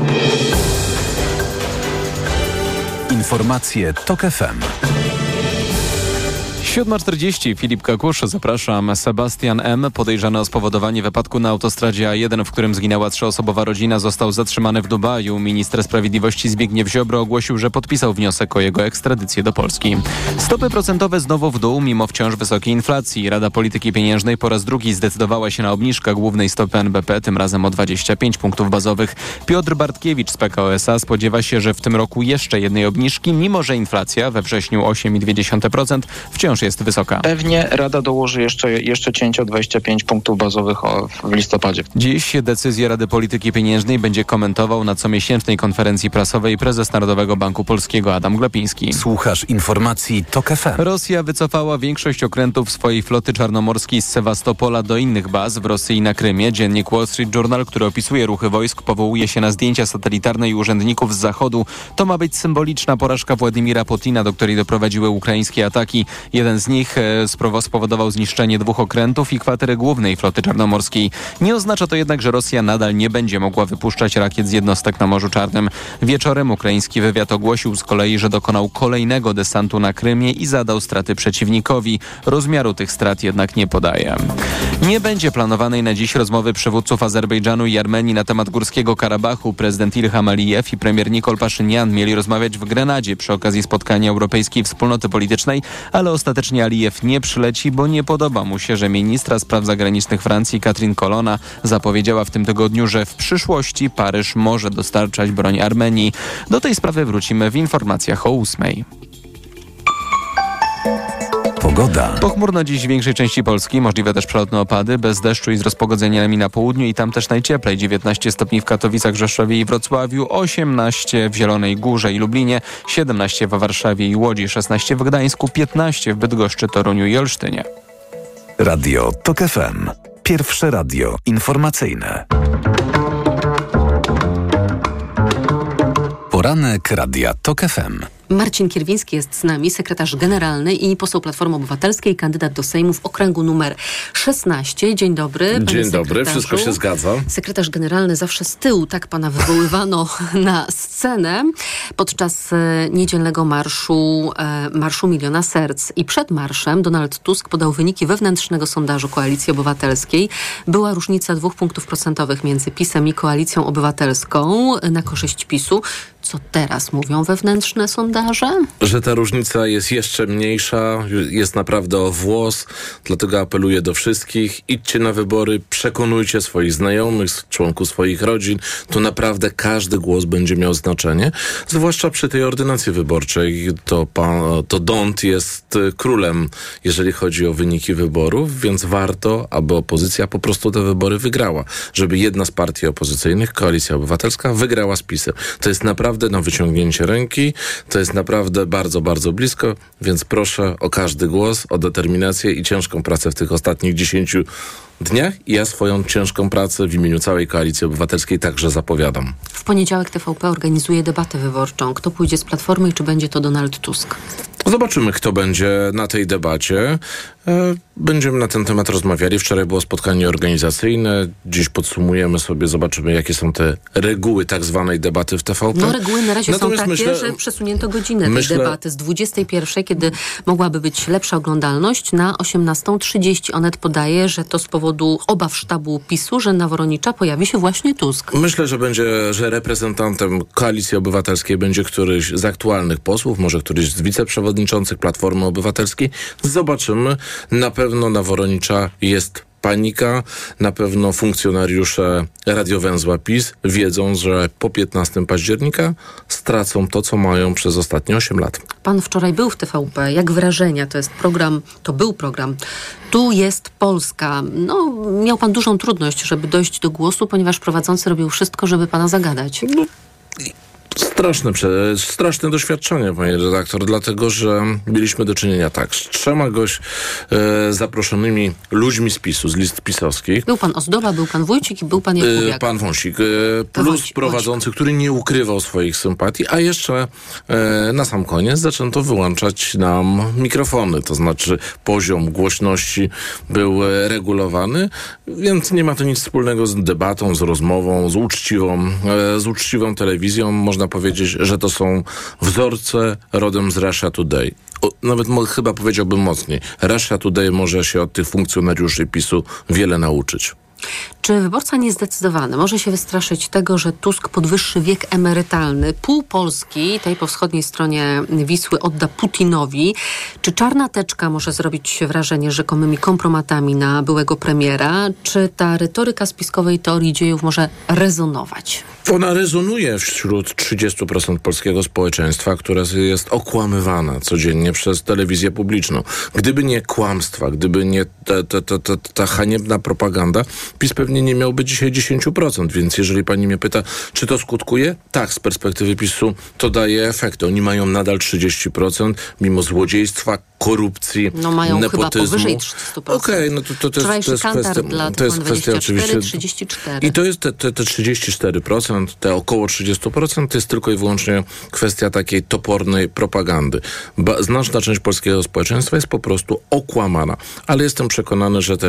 Informacje TOK FM. 7:40, Filip Kakusz, zapraszam. Sebastian M., podejrzany o spowodowanie wypadku na autostradzie A1, w którym zginęła 3-osobowa rodzina, został zatrzymany w Dubaju. Minister Sprawiedliwości Zbigniew Ziobro ogłosił, że podpisał wniosek o jego ekstradycję do Polski. Stopy procentowe znowu w dół, mimo wciąż wysokiej inflacji. Rada Polityki Pieniężnej po raz drugi zdecydowała się na obniżkę głównej stopy NBP, tym razem o 25 punktów bazowych. Piotr Bartkiewicz z PKO SA spodziewa się, że w tym roku jeszcze jednej obniżki, mimo że inflacja we wrześniu 8,2% wciąż jest wysoka. Pewnie Rada dołoży jeszcze cięcie o 25 punktów bazowych w listopadzie. Dziś decyzję Rady Polityki Pieniężnej będzie komentował na comiesięcznej konferencji prasowej prezes Narodowego Banku Polskiego Adam Glapiński. Słuchasz informacji TOK FM. Rosja wycofała większość okrętów swojej floty czarnomorskiej z Sewastopola do innych baz w Rosji i na Krymie. Dziennik Wall Street Journal, który opisuje ruchy wojsk, powołuje się na zdjęcia satelitarne i urzędników z Zachodu. To ma być symboliczna porażka Władimira Putina, do której doprowadziły ukraińskie ataki. Jeden Jeden z nich spowodował zniszczenie 2 okrętów i kwatery głównej floty czarnomorskiej. Nie oznacza to jednak, że Rosja nadal nie będzie mogła wypuszczać rakiet z jednostek na Morzu Czarnym. Wieczorem ukraiński wywiad ogłosił z kolei, że dokonał kolejnego desantu na Krymie i zadał straty przeciwnikowi. Rozmiaru tych strat jednak nie podaje. Nie będzie planowanej na dziś rozmowy przywódców Azerbejdżanu i Armenii na temat Górskiego Karabachu. Prezydent Ilham Alijew i premier Nikol Paszynian mieli rozmawiać w Grenadzie przy okazji spotkania Europejskiej Wspólnoty Politycznej, ale ostatecznie Alijew nie przyleci, bo nie podoba mu się, że ministra spraw zagranicznych Francji Catherine Colonna zapowiedziała w tym tygodniu, że w przyszłości Paryż może dostarczać broń Armenii. Do tej sprawy wrócimy w informacjach o 8:00. Pogoda. Pochmurno dziś w większej części Polski, możliwe też przelotne opady, bez deszczu i z rozpogodzeniami na południu i tam też najcieplej. 19 stopni w Katowicach, Rzeszowie i Wrocławiu, 18 w Zielonej Górze i Lublinie, 17 w Warszawie i Łodzi, 16 w Gdańsku, 15 w Bydgoszczy, Toruniu i Olsztynie. Radio TOK FM. Pierwsze radio informacyjne. Poranek Radia TOK FM. Marcin Kierwiński jest z nami, sekretarz generalny i poseł Platformy Obywatelskiej, kandydat do Sejmu w okręgu numer 16. Dzień dobry. Dzień dobry, wszystko się zgadza. Sekretarz generalny zawsze z tyłu, tak pana wywoływano na scenę podczas niedzielnego Marszu Miliona Serc. I przed marszem Donald Tusk podał wyniki wewnętrznego sondażu Koalicji Obywatelskiej. Była różnica 2 punktów procentowych między PiS-em i Koalicją Obywatelską na korzyść PiS-u. Co teraz mówią wewnętrzne sondaże? Że ta różnica jest jeszcze mniejsza, jest naprawdę o włos, dlatego apeluję do wszystkich, idźcie na wybory, przekonujcie swoich znajomych, członków swoich rodzin, tu naprawdę każdy głos będzie miał znaczenie, zwłaszcza przy tej ordynacji wyborczej, to Dont jest królem, jeżeli chodzi o wyniki wyborów, więc warto, aby opozycja po prostu te wybory wygrała, żeby jedna z partii opozycyjnych, Koalicja Obywatelska, wygrała z PiS-em. To jest naprawdę na wyciągnięcie ręki, to jest naprawdę bardzo, bardzo blisko, więc proszę o każdy głos, o determinację i ciężką pracę w tych ostatnich 10 dniach. I ja swoją ciężką pracę w imieniu całej Koalicji Obywatelskiej także zapowiadam. W poniedziałek TVP organizuje debatę wyborczą. Kto pójdzie z Platformy i czy będzie to Donald Tusk? Zobaczymy, kto będzie na tej debacie. Będziemy na ten temat rozmawiali. Wczoraj było spotkanie organizacyjne. Dziś podsumujemy sobie, zobaczymy, jakie są te reguły tak zwanej debaty w TVP. No reguły na razie są takie, że przesunięto godzinę tej debaty z 21, kiedy mogłaby być lepsza oglądalność, na 18:30. Onet podaje, że to z powodu obaw sztabu PiS-u, że na Woronicza pojawi się właśnie Tusk. Myślę, że reprezentantem Koalicji Obywatelskiej będzie któryś z aktualnych posłów, może któryś z wiceprzewodniczących Platformy Obywatelskiej. Zobaczymy. Na pewno na Woronicza jest panika. Na pewno funkcjonariusze radiowęzła PiS wiedzą, że po 15 października stracą to, co mają przez ostatnie 8 lat. Pan wczoraj był w TVP. Jak wrażenia? To był program. Tu jest Polska. No, miał pan dużą trudność, żeby dojść do głosu, ponieważ prowadzący robił wszystko, żeby pana zagadać. Straszne doświadczenie, panie redaktor, dlatego, że mieliśmy do czynienia z 3 zaproszonymi ludźmi z PiS-u, z list pisowskich. Był pan Ozdoba, był pan Wójcik i był pan Jakubiak. Pan Wąsik, plus prowadzący, który nie ukrywał swoich sympatii, a jeszcze na sam koniec zaczęto wyłączać nam mikrofony, to znaczy poziom głośności był regulowany, więc nie ma to nic wspólnego z debatą, z rozmową, z uczciwą telewizją. Można powiedzieć, że to są wzorce rodem z Russia Today. Nawet chyba powiedziałbym mocniej. Russia Today może się od tych funkcjonariuszy PiS-u wiele nauczyć. Czy wyborca niezdecydowany może się wystraszyć tego, że Tusk podwyższy wiek emerytalny? Pół Polski, tej po wschodniej stronie Wisły, odda Putinowi. Czy czarna teczka może zrobić wrażenie rzekomymi kompromatami na byłego premiera? Czy ta retoryka spiskowej teorii dziejów może rezonować? Ona rezonuje wśród 30% polskiego społeczeństwa, które jest okłamywane codziennie przez telewizję publiczną. Gdyby nie kłamstwa, gdyby nie ta haniebna propaganda, PiS pewnie nie miałby dzisiaj 10%, więc jeżeli pani mnie pyta, czy to skutkuje? Tak, z perspektywy PiS-u to daje efekty. Oni mają nadal 30%, mimo złodziejstwa, korupcji, mają nepotyzmu. chyba powyżej 300%. Okej, no to jest kwestia oczywiście. 34. I to jest te 34%, te około 30%, to jest tylko i wyłącznie kwestia takiej topornej propagandy. Znaczna część polskiego społeczeństwa jest po prostu okłamana. Ale jestem przekonany, że te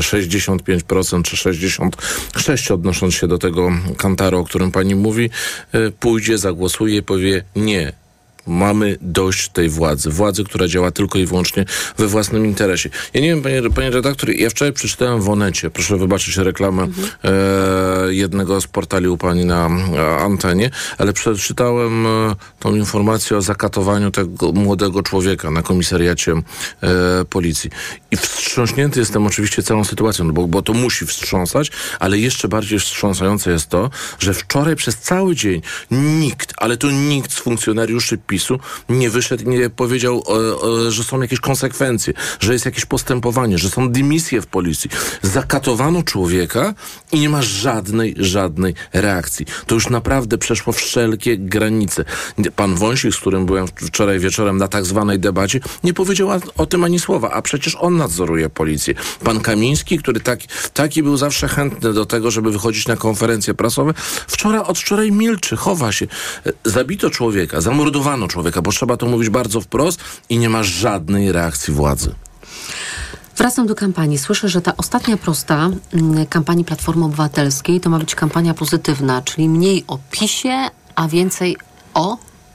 65% czy 66%, odnosząc się do tego Kantaru, o którym pani mówi, pójdzie, zagłosuje i powie nie. Mamy dość tej władzy, która działa tylko i wyłącznie we własnym interesie. Ja nie wiem, panie redaktor, ja wczoraj przeczytałem w Onecie, proszę wybaczyć reklamę jednego z portali u pani na antenie, ale przeczytałem tą informację o zakatowaniu tego młodego człowieka na komisariacie policji. I wstrząśnięty jestem oczywiście całą sytuacją, bo to musi wstrząsać, ale jeszcze bardziej wstrząsające jest to, że wczoraj przez cały dzień nikt, ale to nikt z funkcjonariuszy PiS-u nie wyszedł i nie powiedział, że są jakieś konsekwencje, że jest jakieś postępowanie, że są dymisje w policji. Zakatowano człowieka i nie ma żadnej reakcji. To już naprawdę przeszło wszelkie granice. Pan Wąsik, z którym byłem wczoraj wieczorem na tak zwanej debacie, nie powiedział o tym ani słowa, a przecież on nadzoruje policję. Pan Kamiński, który taki był zawsze chętny do tego, żeby wychodzić na konferencje prasowe, od wczoraj milczy, chowa się. Zabito człowieka, zamordowano człowieka, bo trzeba to mówić bardzo wprost i nie ma żadnej reakcji władzy. Wracam do kampanii. Słyszę, że ta ostatnia prosta kampanii Platformy Obywatelskiej to ma być kampania pozytywna, czyli mniej o PiS-ie, a więcej o...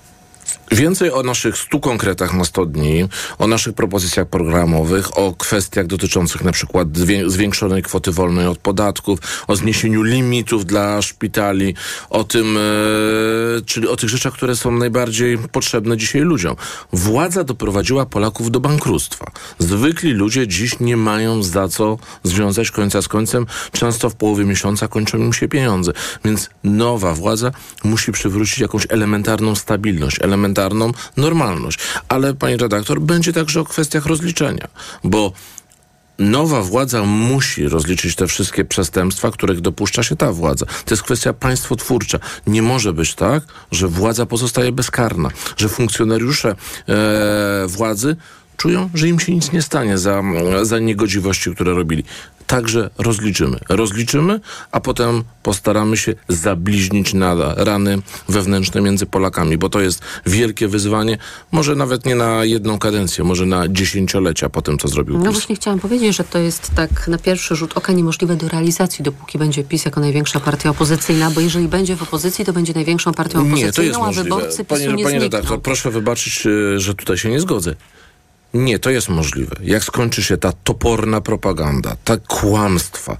Więcej o naszych 100 konkretach na 100 dni, o naszych propozycjach programowych, o kwestiach dotyczących na przykład zwiększonej kwoty wolnej od podatków, o zniesieniu limitów dla szpitali, o tym, czyli o tych rzeczach, które są najbardziej potrzebne dzisiaj ludziom. Władza doprowadziła Polaków do bankructwa. Zwykli ludzie dziś nie mają za co związać końca z końcem. Często w połowie miesiąca kończą im się pieniądze. Więc nowa władza musi przywrócić jakąś elementarną stabilność, elementarną normalność. Ale, pani redaktor, będzie także o kwestiach rozliczenia, bo nowa władza musi rozliczyć te wszystkie przestępstwa, których dopuszcza się ta władza. To jest kwestia państwotwórcza. Nie może być tak, że władza pozostaje bezkarna, że funkcjonariusze władzy czują, że im się nic nie stanie za niegodziwości, które robili. Także rozliczymy, a potem postaramy się zabliźnić rany wewnętrzne między Polakami, bo to jest wielkie wyzwanie, może nawet nie na jedną kadencję, może na dziesięciolecia po tym, co zrobił PiS. No właśnie chciałam powiedzieć, że to jest tak na pierwszy rzut oka niemożliwe do realizacji, dopóki będzie PiS jako największa partia opozycyjna, bo jeżeli będzie w opozycji, to będzie największą partią opozycyjną, nie, to jest a wyborcy PiS-u nie Pani znikną. redaktor, proszę wybaczyć, że tutaj się nie zgodzę. Nie, to jest możliwe. Jak skończy się ta toporna propaganda, ta kłamstwa,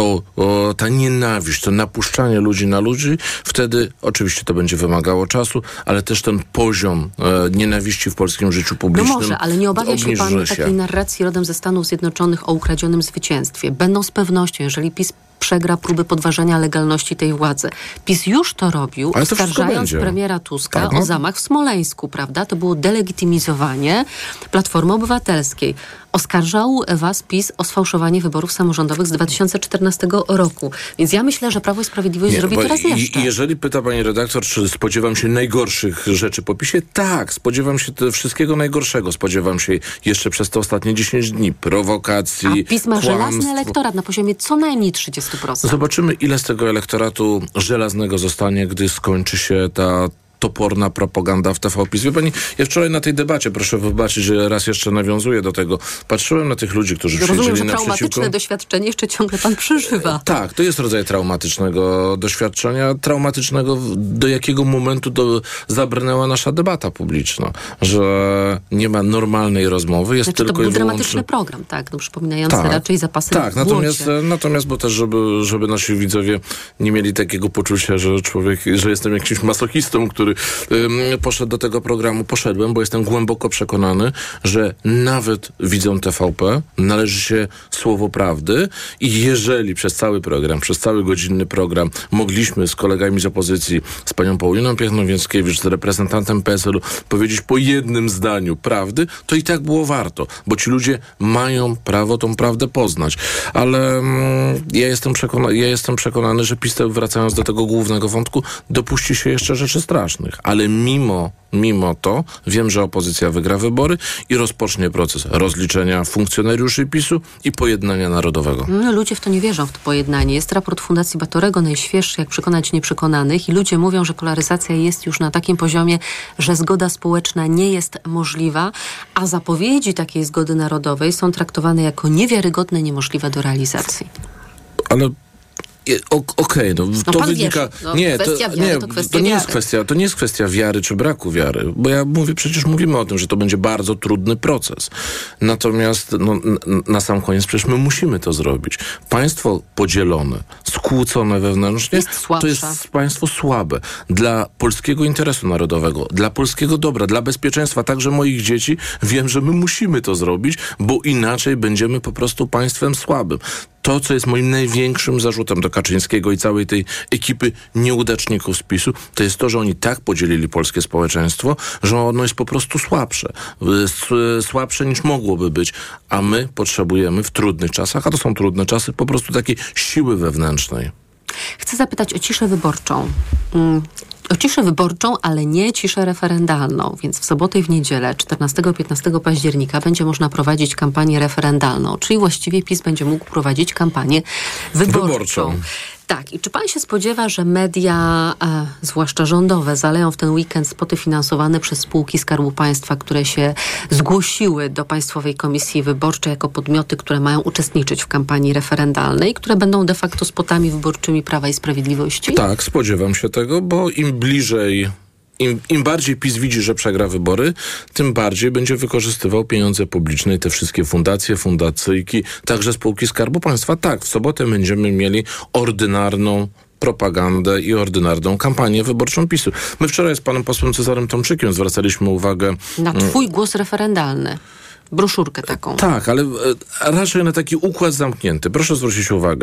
ta nienawiść, to napuszczanie ludzi na ludzi, wtedy oczywiście to będzie wymagało czasu, ale też ten poziom nienawiści w polskim życiu publicznym No może, ale nie obawia się pan takiej narracji rodem ze Stanów Zjednoczonych o ukradzionym zwycięstwie. Będą z pewnością, jeżeli PiS przegra próby podważenia legalności tej władzy. PiS już to robił, oskarżając premiera Tuska o zamach w Smoleńsku, prawda? To było delegitymizowanie Platformy Obywatelskiej. Oskarżał was PiS o sfałszowanie wyborów samorządowych z 2014 roku. Więc ja myślę, że Prawo i Sprawiedliwość zrobi teraz jeszcze. Jeżeli pyta pani redaktor, czy spodziewam się najgorszych rzeczy po PiS-ie, tak, spodziewam się wszystkiego najgorszego. Spodziewam się jeszcze przez te ostatnie 10 dni prowokacji, a PiS ma żelazny elektorat na poziomie co najmniej 30%. Zobaczymy, ile z tego elektoratu żelaznego zostanie, gdy skończy się ta toporna propaganda w TVPiS. Wie pani, ja wczoraj na tej debacie, proszę wybaczyć, że raz jeszcze nawiązuję do tego, patrzyłem na tych ludzi, którzy siedzieli naprzeciwko. Rozumiem, że traumatyczne doświadczenie jeszcze ciągle pan przeżywa. Tak, to jest rodzaj traumatycznego doświadczenia, do jakiego momentu zabrnęła nasza debata publiczna, że nie ma normalnej rozmowy, jest tylko to był dramatyczny program, tak, przypominający raczej zapasy tak, natomiast bo też, żeby nasi widzowie nie mieli takiego poczucia, że jestem jakimś masochistą, który poszedł do tego programu. Poszedłem, bo jestem głęboko przekonany, że nawet widzom TVP należy się słowo prawdy i jeżeli przez cały program, przez cały godzinny program mogliśmy z kolegami z opozycji, z panią Pauliną Piechną-Więckiewicz, z reprezentantem PSL-u powiedzieć po jednym zdaniu prawdy, to i tak było warto, bo ci ludzie mają prawo tą prawdę poznać. Ale ja jestem przekonany, że PiS, wracając do tego głównego wątku, dopuści się jeszcze rzeczy strasznych. politycznych, ale mimo to wiem, że opozycja wygra wybory i rozpocznie proces rozliczenia funkcjonariuszy PiS-u i pojednania narodowego. Ludzie w to nie wierzą, w to pojednanie. Jest raport Fundacji Batorego, najświeższy, jak przekonać nieprzekonanych, i ludzie mówią, że polaryzacja jest już na takim poziomie, że zgoda społeczna nie jest możliwa, a zapowiedzi takiej zgody narodowej są traktowane jako niewiarygodne, niemożliwe do realizacji. Ale okej, to wynika... To nie jest kwestia wiary czy braku wiary, bo przecież mówimy o tym, że to będzie bardzo trudny proces. Natomiast na sam koniec przecież my musimy to zrobić. Państwo podzielone, skłócone wewnętrznie, to jest państwo słabe. Dla polskiego interesu narodowego, dla polskiego dobra, dla bezpieczeństwa także moich dzieci, wiem, że my musimy to zrobić, bo inaczej będziemy po prostu państwem słabym. To, co jest moim największym zarzutem do Kaczyńskiego i całej tej ekipy nieudaczników z PiS-u, to jest to, że oni tak podzielili polskie społeczeństwo, że ono jest po prostu słabsze niż mogłoby być. A my potrzebujemy w trudnych czasach, a to są trudne czasy, po prostu takiej siły wewnętrznej. Chcę zapytać o ciszę wyborczą. O ciszę wyborczą, ale nie ciszę referendalną. Więc w sobotę i w niedzielę, 14-15 października, będzie można prowadzić kampanię referendalną. Czyli właściwie PiS będzie mógł prowadzić kampanię wyborczą. Tak. I czy pan się spodziewa, że media, zwłaszcza rządowe, zaleją w ten weekend spoty finansowane przez spółki Skarbu Państwa, które się zgłosiły do Państwowej Komisji Wyborczej jako podmioty, które mają uczestniczyć w kampanii referendalnej, które będą de facto spotami wyborczymi Prawa i Sprawiedliwości? Tak, spodziewam się tego, bo im bardziej PiS widzi, że przegra wybory, tym bardziej będzie wykorzystywał pieniądze publiczne i te wszystkie fundacje, fundacyjki, także spółki Skarbu Państwa. Tak, w sobotę będziemy mieli ordynarną propagandę i ordynarną kampanię wyborczą PiS-u. My wczoraj z panem posłem Cezarym Tomczykiem zwracaliśmy uwagę na twój głos referendalny. Broszurkę taką. Tak, ale raczej na taki układ zamknięty. Proszę zwrócić uwagę.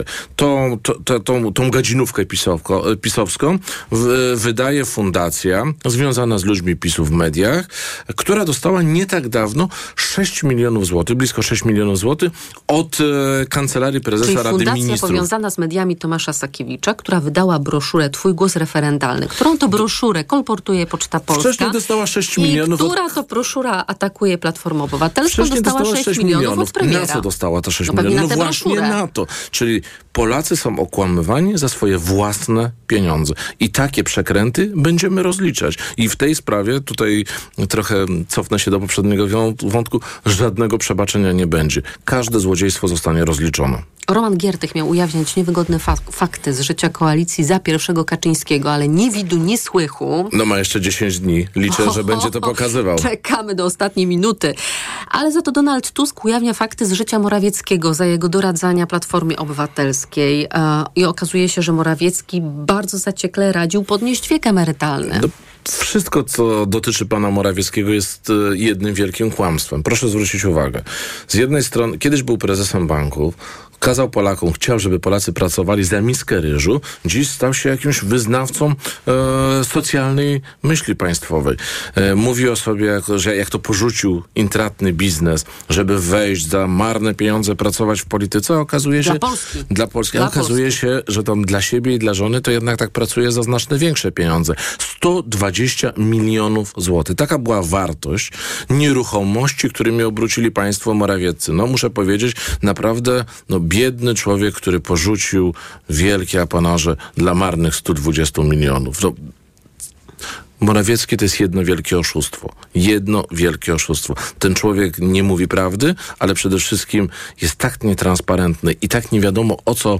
Tą gadzinówkę pisowską wydaje fundacja związana z ludźmi PiS-u w mediach, która dostała nie tak dawno 6 milionów złotych, blisko 6 milionów złotych od Kancelarii Prezesa Rady Ministrów. Czyli fundacja powiązana z mediami Tomasza Sakiewicza, która wydała broszurę Twój głos referendalny. Którą to broszurę kolportuje Poczta Polska. Wcześniej dostała 6 milionów. I która to broszura atakuje Platformę Obywatelską. Wcześniej dostała 6 milionów od premiera. Na co dostała te 6 milionów? No właśnie na to. Czyli Polacy są okłamywani za swoje własne pieniądze. I takie przekręty będziemy rozliczać. I w tej sprawie, tutaj trochę cofnę się do poprzedniego wątku, żadnego przebaczenia nie będzie. Każde złodziejstwo zostanie rozliczone. Roman Giertych miał ujawniać niewygodne fakty z życia koalicji za pierwszego Kaczyńskiego, ale ni widu, ni słychu. No ma jeszcze 10 dni. Liczę, że będzie to pokazywał. Czekamy do ostatniej minuty. Ale za to Donald Tusk ujawnia fakty z życia Morawieckiego za jego doradzania Platformie Obywatelskiej. I okazuje się, że Morawiecki bardzo zaciekle radził podnieść wiek emerytalny. Wszystko, co dotyczy pana Morawieckiego, jest jednym wielkim kłamstwem. Proszę zwrócić uwagę. Z jednej strony, kiedyś był prezesem banków, kazał Polakom, chciał, żeby Polacy pracowali za miskę ryżu. Dziś stał się jakimś wyznawcą socjalnej myśli państwowej. Mówi o sobie, że jak to porzucił intratny biznes, żeby wejść za marne pieniądze, pracować w polityce, a okazuje się... Dla Polski. Okazuje się, że tam dla siebie i dla żony to jednak tak pracuje za znacznie większe pieniądze. 120 milionów złotych. Taka była wartość nieruchomości, którymi obrócili państwo Morawieccy. No muszę powiedzieć, naprawdę biedny człowiek, który porzucił wielkie apanaże dla marnych 120 milionów. Morawiecki to jest jedno wielkie oszustwo. Jedno wielkie oszustwo. Ten człowiek nie mówi prawdy, ale przede wszystkim jest tak nietransparentny i tak nie wiadomo o co...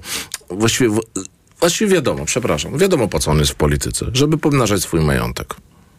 Właściwie wiadomo po co on jest w polityce. Żeby pomnażać swój majątek.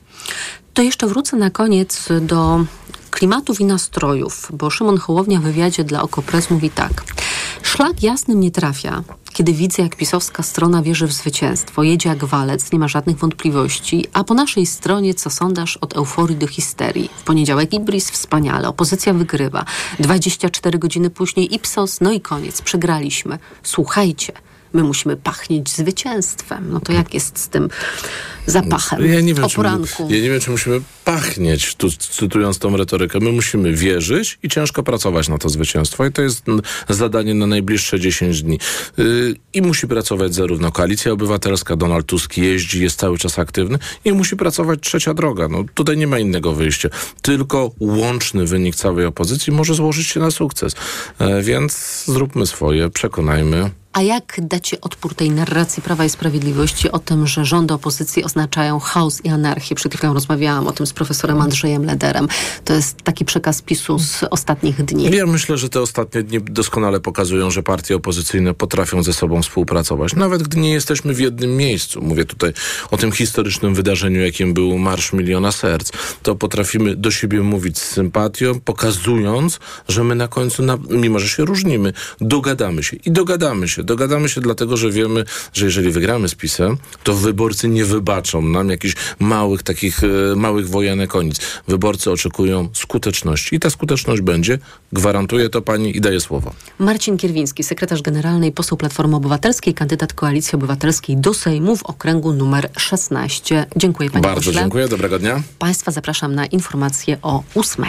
To jeszcze wrócę na koniec do klimatów i nastrojów, bo Szymon Hołownia w wywiadzie dla Okopres mówi tak. Szlak jasny mnie trafia, kiedy widzę, jak pisowska strona wierzy w zwycięstwo. Jedzie jak walec, nie ma żadnych wątpliwości, a po naszej stronie co sondaż od euforii do histerii. W poniedziałek Ibris wspaniale, opozycja wygrywa. 24 godziny później Ipsos, no i koniec, przegraliśmy. Słuchajcie, My musimy pachnieć zwycięstwem. No to jak jest z tym zapachem o poranku? Ja nie wiem, czy musimy pachnieć, tu cytując tą retorykę. My musimy wierzyć i ciężko pracować na to zwycięstwo. I to jest zadanie na najbliższe 10 dni. I musi pracować zarówno Koalicja Obywatelska, Donald Tusk jeździ, jest cały czas aktywny i musi pracować Trzecia Droga. No tutaj nie ma innego wyjścia. Tylko łączny wynik całej opozycji może złożyć się na sukces. Więc zróbmy swoje, przekonajmy. A jak dacie odpór tej narracji Prawa i Sprawiedliwości o tym, że rządy opozycji oznaczają chaos i anarchię? Przed chwilą rozmawiałam o tym z profesorem Andrzejem Lederem. To jest taki przekaz PiS-u z ostatnich dni. Ja myślę, że te ostatnie dni doskonale pokazują, że partie opozycyjne potrafią ze sobą współpracować. Nawet gdy nie jesteśmy w jednym miejscu. Mówię tutaj o tym historycznym wydarzeniu, jakim był Marsz Miliona Serc. To potrafimy do siebie mówić z sympatią, pokazując, że my na końcu, mimo że się różnimy, dogadamy się. I dogadamy się. Dogadamy się dlatego, że wiemy, że jeżeli wygramy z PiS-em, to wyborcy nie wybaczą nam jakichś małych wojanek o nic. Wyborcy oczekują skuteczności. I ta skuteczność będzie. Gwarantuję to pani i daję słowo. Marcin Kierwiński, sekretarz generalny i poseł Platformy Obywatelskiej, kandydat Koalicji Obywatelskiej do Sejmu w okręgu numer 16. Dziękuję panie Bardzo pośle. Dziękuję. Dobrego dnia. Państwa zapraszam na informacje o 8.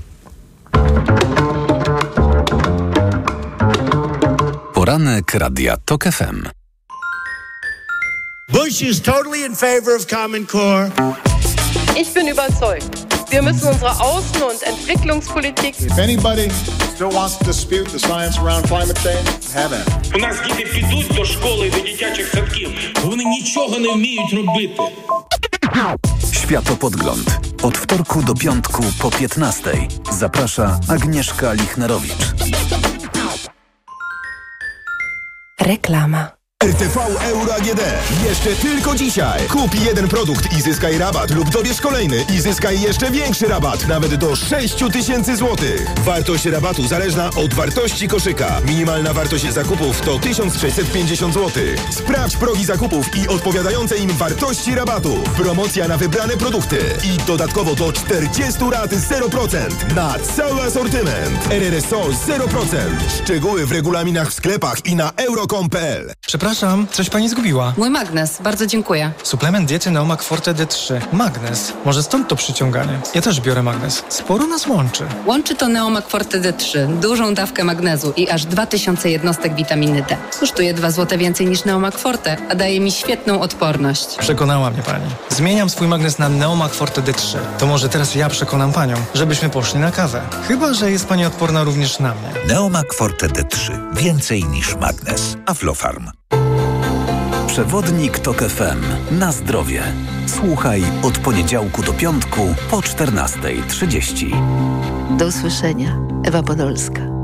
Poranek Radia TOK FM. Bush is totally in favor of Common Core. Ich bin überzeugt. Wir müssen unsere Außen- und Entwicklungspolitik. If anybody still wants to dispute the science around climate change, have it. У нас діти підуть до школи, до дитячих садків. Вони нічого не вміють робити. Światopodgląd. Od wtorku do piątku po 15:00. Zaprasza Agnieszka Lichnerowicz. Reklama. RTV Euro AGD. Jeszcze tylko dzisiaj. Kup jeden produkt i zyskaj rabat lub dobierz kolejny i zyskaj jeszcze większy rabat, nawet do 6 000 złotych. Wartość rabatu zależna od wartości koszyka. Minimalna wartość zakupów to 1650 zł. Sprawdź progi zakupów i odpowiadające im wartości rabatu. Promocja na wybrane produkty i dodatkowo do 40 rat 0% na cały asortyment. RRSO 0%. Szczegóły w regulaminach w sklepach i na euro.com.pl. Przepraszam, coś pani zgubiła. Mój magnes, bardzo dziękuję. Suplement diety Neomak Forte D3. Magnes. Może stąd to przyciąganie. Ja też biorę magnes. Sporo nas łączy. Łączy to Neomak Forte D3, dużą dawkę magnezu i aż 2000 jednostek witaminy D. Kosztuje 2 zł więcej niż Neomak Forte, a daje mi świetną odporność. Przekonała mnie pani. Zmieniam swój magnes na Neomak Forte D3. To może teraz ja przekonam panią, żebyśmy poszli na kawę. Chyba że jest pani odporna również na mnie. Neomak Forte D3. Więcej niż magnes. Aflofarm. Przewodnik TOK FM. Na zdrowie. Słuchaj od poniedziałku do piątku po 14:30. Do usłyszenia. Ewa Podolska.